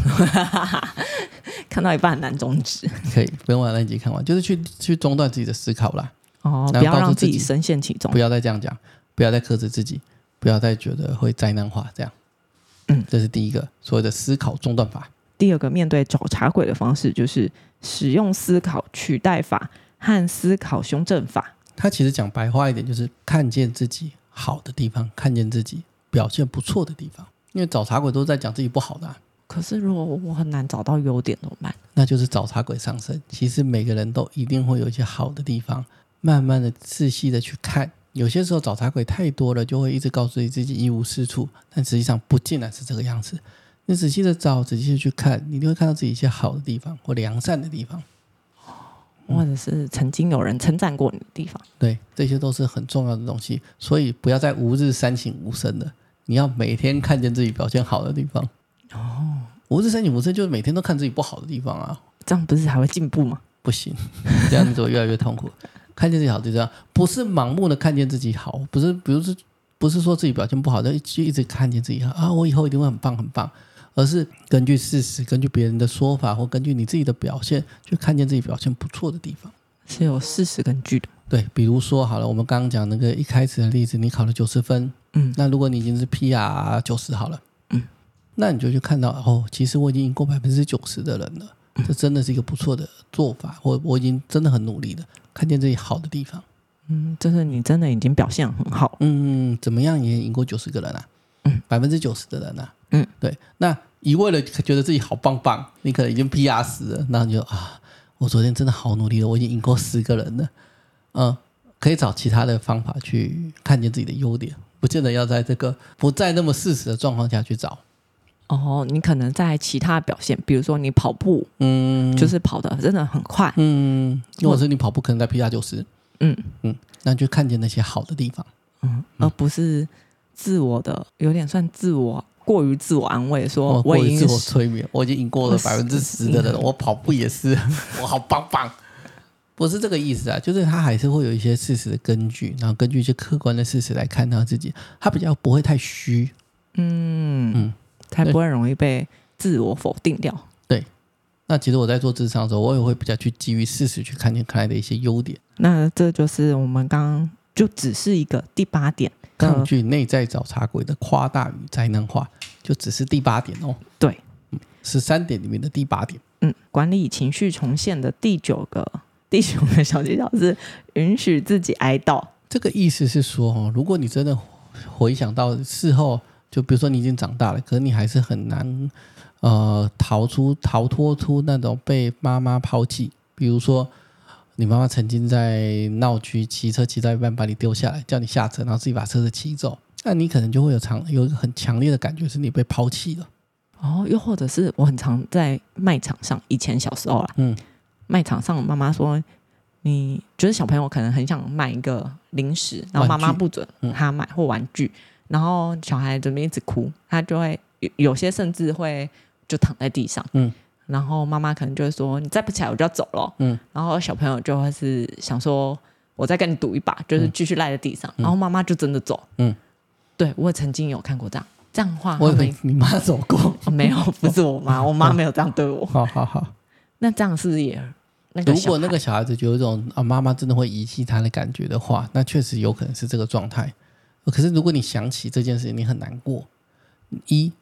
看到一半很难终止， 可以不用把那一集看完，就是去去中断自己的思考啦。 哦，不要让自己深陷其中， 不要再这样讲，不要再克制自己，不要再觉得会灾难化这样。嗯，这是第一个所谓的思考中断法。 第二个面对找茬鬼的方式就是使用思考取代法和思考修正法。 他其实讲白话一点，就是看见自己好的地方，看见自己表现不错的地方。因为找茬鬼都在讲自己不好的、啊。 可是如果我很难找到优点怎么办？ 那就是找茬鬼上身。其实每个人都一定会有一些好的地方，慢慢的仔细的去看。有些时候找茬鬼太多了，就会一直告诉你自己一无是处，但实际上不尽然是这个样子。你仔细的找，仔细的去看，你一定会看到自己一些好的地方或良善的地方， 或者是曾经有人称赞过你的地方。 对，这些都是很重要的东西。所以不要再吾日三省吾身了，你要每天看见自己表现好的地方。哦，吾日三省吾身就是每天都看自己不好的地方啊， 这样不是还会进步吗？ 不行，这样子会越来越痛苦。看见自己好的地方，不是盲目的看见自己好，不是，比如是不是说自己表现不好，就一直看见自己好啊，我以后一定会很棒很棒，而是根据事实，根据别人的说法，或根据你自己的表现，去看见自己表现不错的地方， 是有事实根据的。 对，比如说好了，我们刚刚讲那个一开始的例子，你考了九十分，嗯，那如果你已经是 P R 九十好了，嗯，那你就去看到哦，其实我已经赢过百分之九十的人了。这真的是一个不错的做法，或我已经真的很努力了，看见自己好的地方。 嗯，就是你真的已经表现很好。 嗯，怎么样也赢过九十个人啊？嗯，百分之九十的人啊。嗯，对。那一味的觉得自己好棒棒，你可能已经 P R 死了，那你就啊，我昨天真的好努力了，我已经赢过十个人了。嗯，可以找其他的方法去看见自己的优点，不见得要在这个不再那么事实的状况下去找。 哦，你可能在其他表现，比如说你跑步，嗯，就是跑得真的很快， 嗯，或者是你跑步可能在 P R 九十，嗯嗯，那就看见那些好的地方， 嗯，而不是自我的，有点算自我过于自我安慰，说我已经自我催眠，我已经赢过了百分之十的人，我跑步也是，我好棒棒，不是这个意思啊，就是他还是会有一些事实的根据，然后根据一些客观的事实来看他自己，他比较不会太虚， 嗯嗯。才不会容易被自我否定掉。 对，那其实我在做智商的时候，我也会比较去基于事实去看见可爱的一些优点。 那这就是我们刚刚就只是一个第八点， 抗拒内在找茬鬼的夸大与灾难化，就只是第八点哦。 对， 十三点里面的第八点。 嗯，管理情绪重现的第九个第九个小技巧是允许自己哀悼。 这个意思是说，如果你真的回想到事后。就比如说你已经长大了，可是你还是很难呃逃出逃脱出那种被妈妈抛弃。比如说你妈妈曾经在闹区骑车骑到一半把你丢下来，叫你下车，然后自己把车子骑走，那你可能就会有长有一个很强烈的感觉是你被抛弃了。 哦，又或者是我很常在卖场上，以前小时候啦，嗯，卖场上妈妈说，你觉得小朋友可能很想买一个零食，然后妈妈不准他买或玩具。然后小孩准备一直哭，他就会有些甚至会就躺在地上，嗯，然后妈妈可能就会说你再不起来我就要走了，嗯，然后小朋友就会是想说我再跟你赌一把，就是继续赖在地上，嗯，然后妈妈就真的走，嗯，对，我也曾经有看过这样这样的话， 我以为你妈走过， 哦，没有，不是我妈，我妈没有这样对我， 好好好， 那这样是不是也那个如果那个小孩子有一种啊妈妈真的会遗弃他的感觉的话，那确实有可能是这个状态。可是如果你想起这件事情，你很难过。一，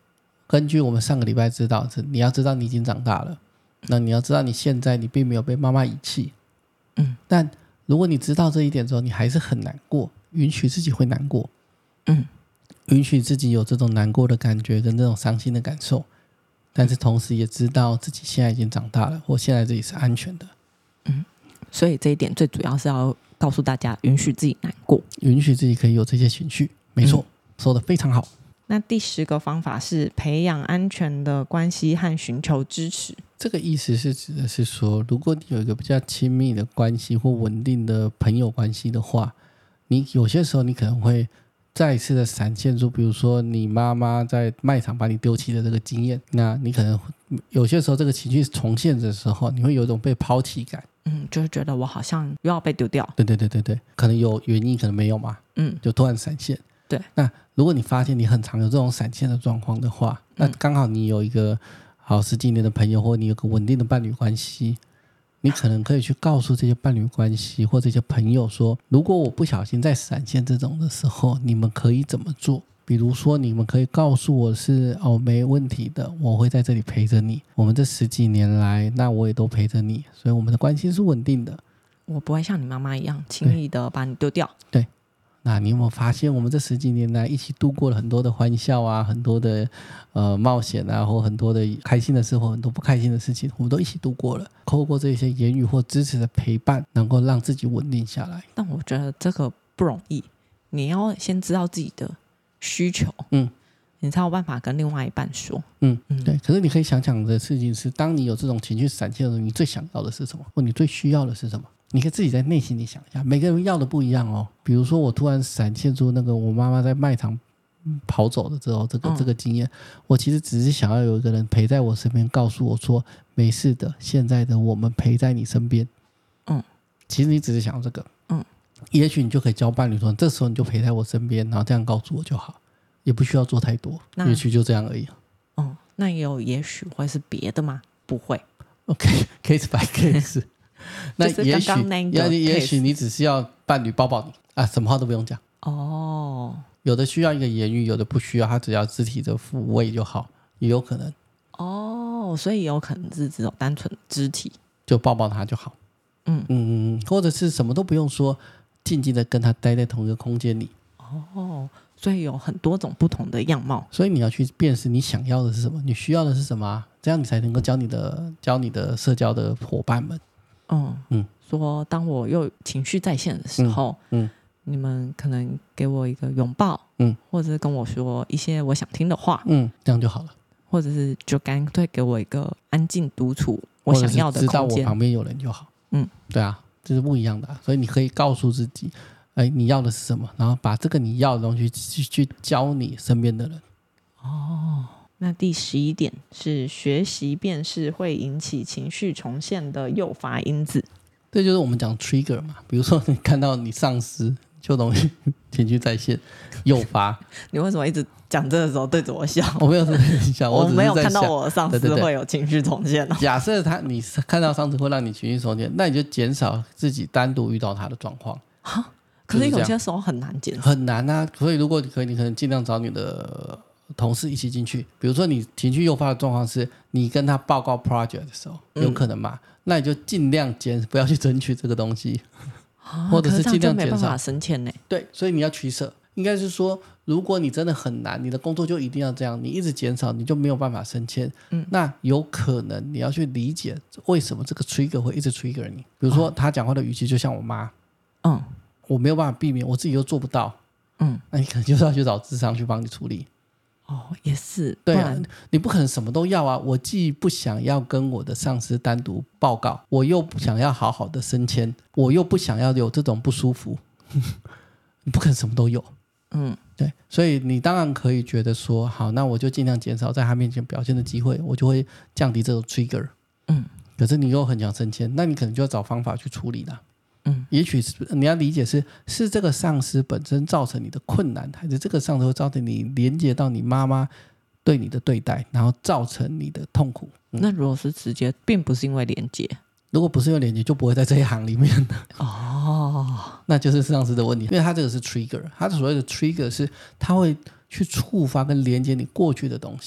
根据我们上个礼拜知道，你要知道你已经长大了，那你要知道你现在你并没有被妈妈遗弃。 嗯， 但如果你知道这一点之后，你还是很难过，允许自己会难过。 嗯， 允许自己有这种难过的感觉跟这种伤心的感受，但是同时也知道自己现在已经长大了，或现在自己是安全的。 嗯，所以这一点最主要是要告诉大家，允许自己难过， 允许自己可以有这些情绪。没错，嗯，说得非常好。 那第十个方法是培养安全的关系和寻求支持。 这个意思是指的是说，如果你有一个比较亲密的关系或稳定的朋友关系的话，你有些时候你可能会再一次的闪现出，比如说你妈妈在卖场把你丢弃的这个经验，那你可能有些时候这个情绪重现的时候，你会有一种被抛弃感。 嗯，就是觉得我好像又要被丢掉。 对对对对对，可能有原因，可能没有嘛。嗯，就突然闪现。 对， 那如果你发现你很常有这种闪现的状况的话，那刚好你有一个好十几年的朋友，或你有个稳定的伴侣关系，你可能可以去告诉这些伴侣关系或这些朋友说，如果我不小心在闪现这种的时候，你们可以怎么做？比如说你们可以告诉我是哦没问题的，我会在这里陪着你，我们这十几年来那我也都陪着你，所以我们的关系是稳定的， 我不会像你妈妈一样轻易的把你丢掉。 对，那你有没有发现我们这十几年来一起度过了很多的欢笑啊，很多的呃冒险啊，或很多的开心的事或很多不开心的事情，我们都一起度过了，透过这些言语或支持的陪伴，能够让自己稳定下来。 但我觉得这个不容易，你要先知道自己的需求，嗯，你才有办法跟另外一半说。 嗯嗯，对。可是你可以想想的事情是，当你有这种情绪闪现的时候，你最想要的是什么，或你最需要的是什么？你可以自己在内心里想一下，每个人要的不一样哦。比如说我突然闪现出那个我妈妈在卖场跑走的之后，这个、嗯、这个经验，我其实只是想要有一个人陪在我身边，告诉我说没事的，现在的我们陪在你身边。嗯，其实你只是想要这个。嗯，也许你就可以交伴侣说，这时候你就陪在我身边，然后这样告诉我就好，也不需要做太多，也许就这样而已。 嗯，那也有也许会是别的吗？不会。 OK，case by case。那也许， 刚刚那个也许你只是要伴侣抱抱你啊，什么话都不用讲。 哦， 有的需要一个言语，有的不需要，他只要肢体的抚慰就好，也有可能。 哦，所以有可能是只有单纯肢体， 就抱抱他就好。嗯嗯，或者是什么都不用说，静静的跟他待在同一个空间里。 哦，所以有很多种不同的样貌， 所以你要去辨识你想要的是什么，你需要的是什么啊，这样你才能够教你的教你的社交的伙伴们。 嗯嗯，说当我又情绪在线的时候，嗯，嗯你们可能给我一个拥抱，嗯，或者是跟我说一些我想听的话， 嗯，这样就好了。 或者是就干脆给我一个安静独处我想要的空间， 知道我旁边有人就好。嗯，对啊，这是不一样的、啊，所以你可以告诉自己，哎，你要的是什么，然后把这个你要的东西去去教你身边的人。 哦。那第十一点是学习辨识会引起情绪重现的诱发因子， 这就是我们讲 trigger 嘛。比如说你看到你上司就容易情绪再现，诱发。 你为什么一直讲这个时候对着我笑？ 我没有对着你笑，我, 我没有看到我上司会有情绪重现、哦、 假设他你看到上司会让你情绪重现，那你就减少自己单独遇到他的状况。 可是有些时候很难减少， 很难啊。所以如果你可以，你可能尽量找你的同事一起进去。比如说你情绪诱发的状况是你跟他报告 project 的时候，有可能嘛、嗯、那你就尽量减，不要去争取这个东西、啊、或者是尽量减少，可是这样就没办法升迁呢。 对，所以你要取舍，应该是说如果你真的很难，你的工作就一定要这样，你一直减少你就没有办法升迁、嗯、那有可能你要去理解为什么这个 trigger 会一直 trigger 你。比如说他讲话的语气就像我妈，嗯，我没有办法避免，我自己又做不到，嗯，那你可能就是要去找智商去帮你处理。 哦，也是， 对啊，你不可能什么都要啊。我既不想要跟我的上司单独报告，我又不想要好好的升迁，我又不想要有这种不舒服，你不可能什么都有。嗯，对，所以你当然可以觉得说，好，那我就尽量减少在他面前表现的机会，我就会降低这种 trigger。嗯，可是你又很想升迁，那你可能就要找方法去处理啦。嗯，也许是你要理解是是这个上司本身造成你的困难，还是这个上司会造成你连接到你妈妈对你的对待，然后造成你的痛苦、 嗯、那如果是直接并不是因为连接， 如果不是因为连接就不会在这一行里面的哦， 那就是上司的问题，因为他这个是 trigger， 他所谓的 trigger 是他会去触发跟连接你过去的东西。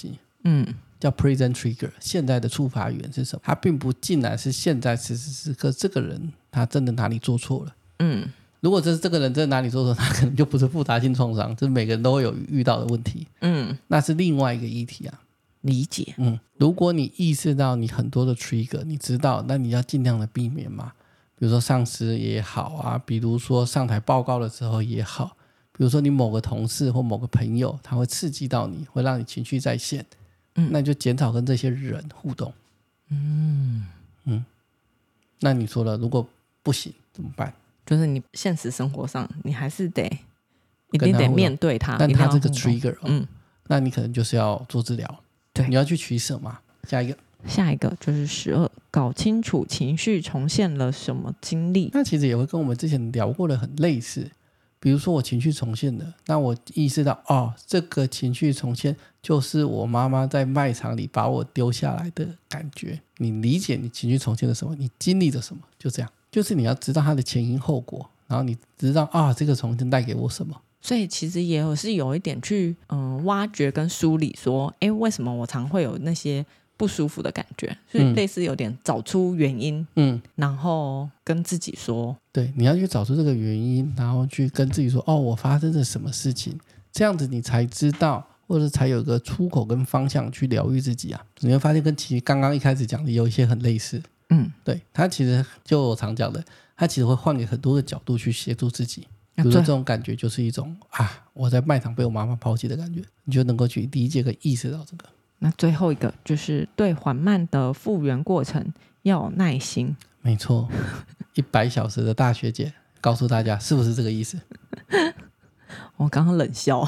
嗯，叫 present trigger， 现在的触发源是什么？它并不尽然是现在此时此刻这个人他真的哪里做错了。嗯，如果这是这个人真的哪里做错，他可能就不是复杂性创伤，这是每个人都会有遇到的问题。嗯，那是另外一个议题啊。 理解。 嗯，如果你意识到你很多的 trigger， 你知道，那你要尽量的避免嘛。比如说上司也好啊，比如说上台报告的时候也好，比如说你某个同事或某个朋友他会刺激到你，会让你情绪在线，嗯，那你就减少跟这些人互动。嗯嗯，那你说了，如果不行怎么办？ 就是你现实生活上你还是得一定得面对他， 但他这个 trigger， 嗯，那你可能就是要做治疗。 对， 你要去取舍嘛。下一个， 下一个就是十二，搞清楚情绪重现了什么经历。 那其实也会跟我们之前聊过的很类似。比如说我情绪重现了，那我意识到哦，这个情绪重现就是我妈妈在卖场里把我丢下来的感觉。你理解你情绪重现了什么，你经历了什么，就这样。就是你要知道它的前因后果，然后你知道啊，这个重现带给我什么。 所以其实也有是有一点去嗯挖掘跟梳理说，哎，为什么我常会有那些不舒服的感觉，所以类似有点找出原因，嗯，然后跟自己说， 对，你要去找出这个原因，然后去跟自己说，哦，我发生了什么事情，这样子你才知道，或者才有一个出口跟方向去疗愈自己啊。你会发现跟其实刚刚一开始讲的有一些很类似，嗯，对，他其实就我常讲的，他其实会换给很多个角度去协助自己。比如说这种感觉就是一种啊，我在卖场被我妈妈抛弃的感觉，你就能够去理解跟意识到这个。 那最后一个就是对缓慢的复原过程要有耐心。 没错，一百小时的大学姐告诉大家是不是这个意思？ 我刚刚冷笑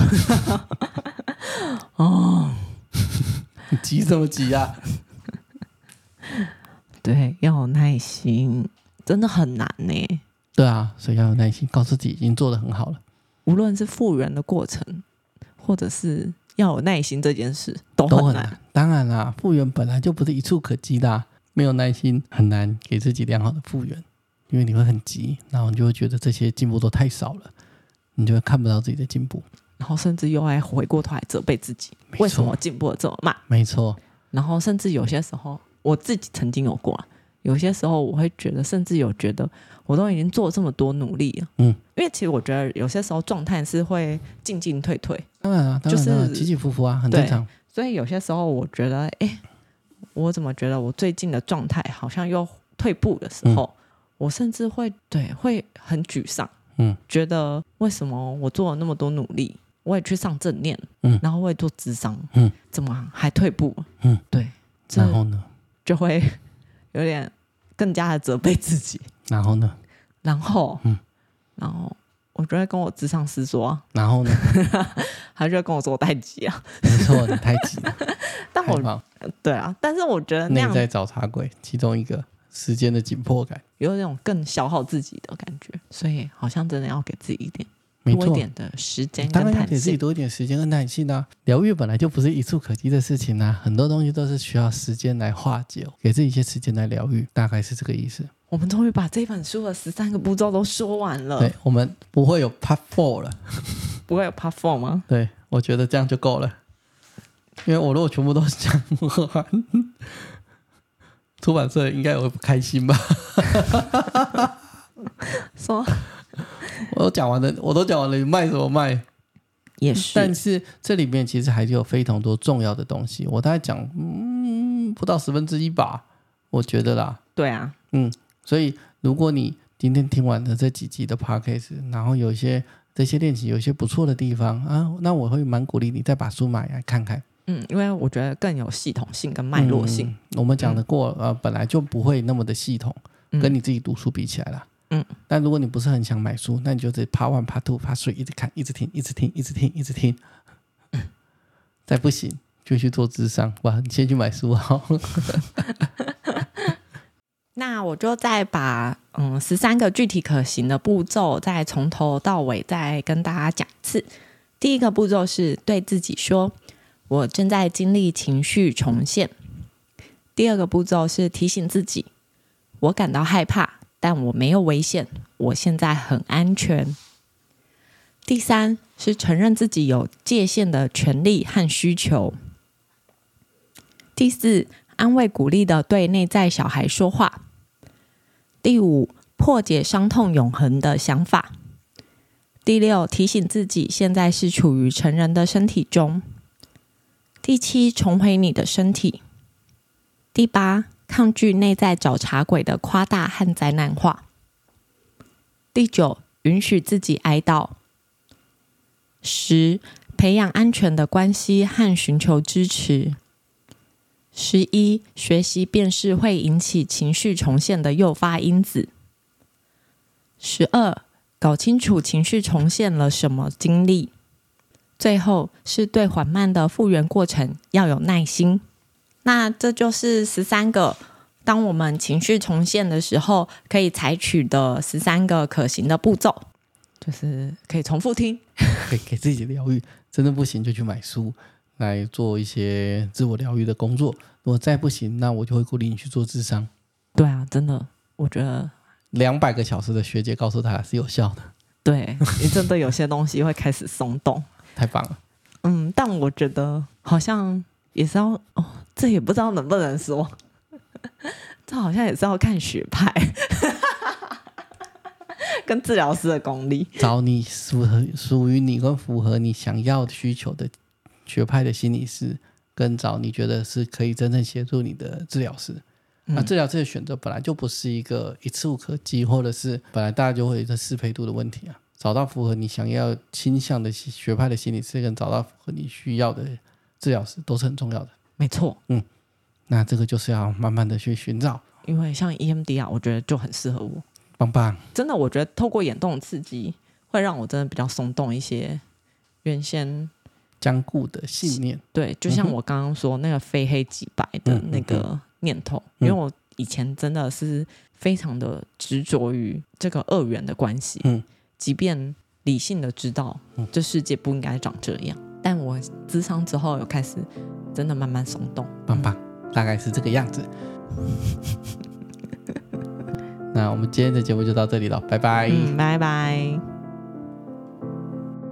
哦， 你急什么急啊？ 对，要有耐心，真的很难呢。 对啊，所以要有耐心，告诉自己已经做得很好了。 无论是复原的过程，或者是要有耐心这件事，都很难。都很难。 当然啦，复原本来就不是一触可及的、啊，没有耐心很难给自己良好的复原，因为你会很急，然后你就会觉得这些进步都太少了，你就会看不到自己的进步， 然后甚至又爱回过头来责备自己，为什么我进步的这么慢？ 没错。 然后甚至有些时候，我自己曾经有过、啊。有些时候我会觉得，甚至有觉得我都已经做这么多努力了，嗯，因为其实我觉得有些时候状态是会进进退退， 当然啊，当然啊，就是起起伏伏啊，很正常。 所以有些时候我觉得，哎，我怎么觉得我最近的状态好像又退步的时候，嗯、我甚至会对会很沮丧，嗯，觉得为什么我做了那么多努力，我也去上正念，嗯，然后我也做諮商，嗯，怎么还退步？嗯，对， 然后呢， 就会有点更加的责备自己。 然后呢？ 然后，嗯，然后我就会跟我諮商师说、啊， 然后呢？ 他就会跟我说我太急了。 没错，你太急了。 但我对啊，但是我觉得那样内在找茬鬼，其中一个时间的紧迫感， 有那种更消耗自己的感觉，所以好像真的要给自己一点。多一点的时间跟弹性， 当然要给自己多一点时间跟弹性啊！疗愈本来就不是一触可及的事情啊，很多东西都是需要时间来化解，给自己一些时间来疗愈，大概是这个意思。 我们终于把这本书的十三个步骤都说完了。 对，我们不会有 Part Four 了， 不会有 Part Four 吗？ 对，我觉得这样就够了，因为我如果全部都讲完，出版社应该也会不开心吧？ 说。 我都讲完了，我都讲完了，你卖什么卖？ 也是， 但是这里面其实还是有非常多重要的东西，我大概讲嗯不到十分之一吧，我觉得啦。 对啊， 嗯，所以如果你今天听完了这几集的 podcast， 然后有一些这些练习有一些不错的地方啊，那我会蛮鼓励你再把书买来看看。 嗯，因为我觉得更有系统性跟脉络性。 嗯、我们讲的过、嗯、呃，本来就不会那么的系统，跟你自己读书比起来啦。嗯，但如果你不是很想买书，那你就得 Part One、Part Two、Part Three 一直看，一直听，一直听，一直听，一直听。嗯、再不行就去做諮商，哇！你先去买书好。 那我就再把嗯十三个具体可行的步骤，再从头到尾再跟大家讲一次。第一个步骤是对自己说：“我正在经历情绪重现。”第二个步骤是提醒自己：“我感到害怕。”但我没有危险，我现在很安全。第三是承认自己有界限的权利和需求。 第四，安慰鼓励的对内在小孩说话。第五，破解伤痛永恒的想法。第六，提醒自己现在是处于成人的身体中。第七，重回你的身体。第八，抗拒内在找茬鬼的夸大和灾难化。第九，允许自己哀悼。十，培养安全的关系和寻求支持。十一，学习辨识会引起情绪重现的诱发因子。十二，搞清楚情绪重现了什么经历。最后是对缓慢的复原过程要有耐心。那这就是十三个当我们情绪重现的时候可以采取的十三个可行的步骤，就是可以重复听， 可以给自己疗愈，真的不行就去买书来做一些自我疗愈的工作。如果再不行，那我就会鼓励你去做諮商。 对啊，真的，我觉得两百个小时的学姐告诉他是有效的。 对，你真的有些东西会开始松动。 太棒了。 嗯，但我觉得好像也是要哦，这也不知道能不能说，这好像也是要看学派跟治疗师的功力， 找你符合属于你跟符合你想要需求的学派的心理师，跟找你觉得是可以真正协助你的治疗师。那、嗯、治疗师的选择本来就不是一个一触可及，或者是本来大家就会有一个适配度的问题啊。找到符合你想要倾向的学派的心理师，跟找到符合你需要的治疗师都是很重要的。 没错， 嗯，那这个就是要慢慢的去寻找。 因为像 E M D R 我觉得就很适合我， 棒棒。真的我觉得透过眼动的刺激会让我真的比较松动一些原先僵固的信念。 对，就像我刚刚说、嗯、那个非黑即白的那个念头、嗯、因为我以前真的是非常的执着于这个二元的关系，嗯，即便理性的知道这世界不应该长这样、嗯、但我諮商之后有开始真的慢慢松动。 棒棒，大概是这个样子那我们今天的节目就到这里了，拜拜。 嗯，拜拜。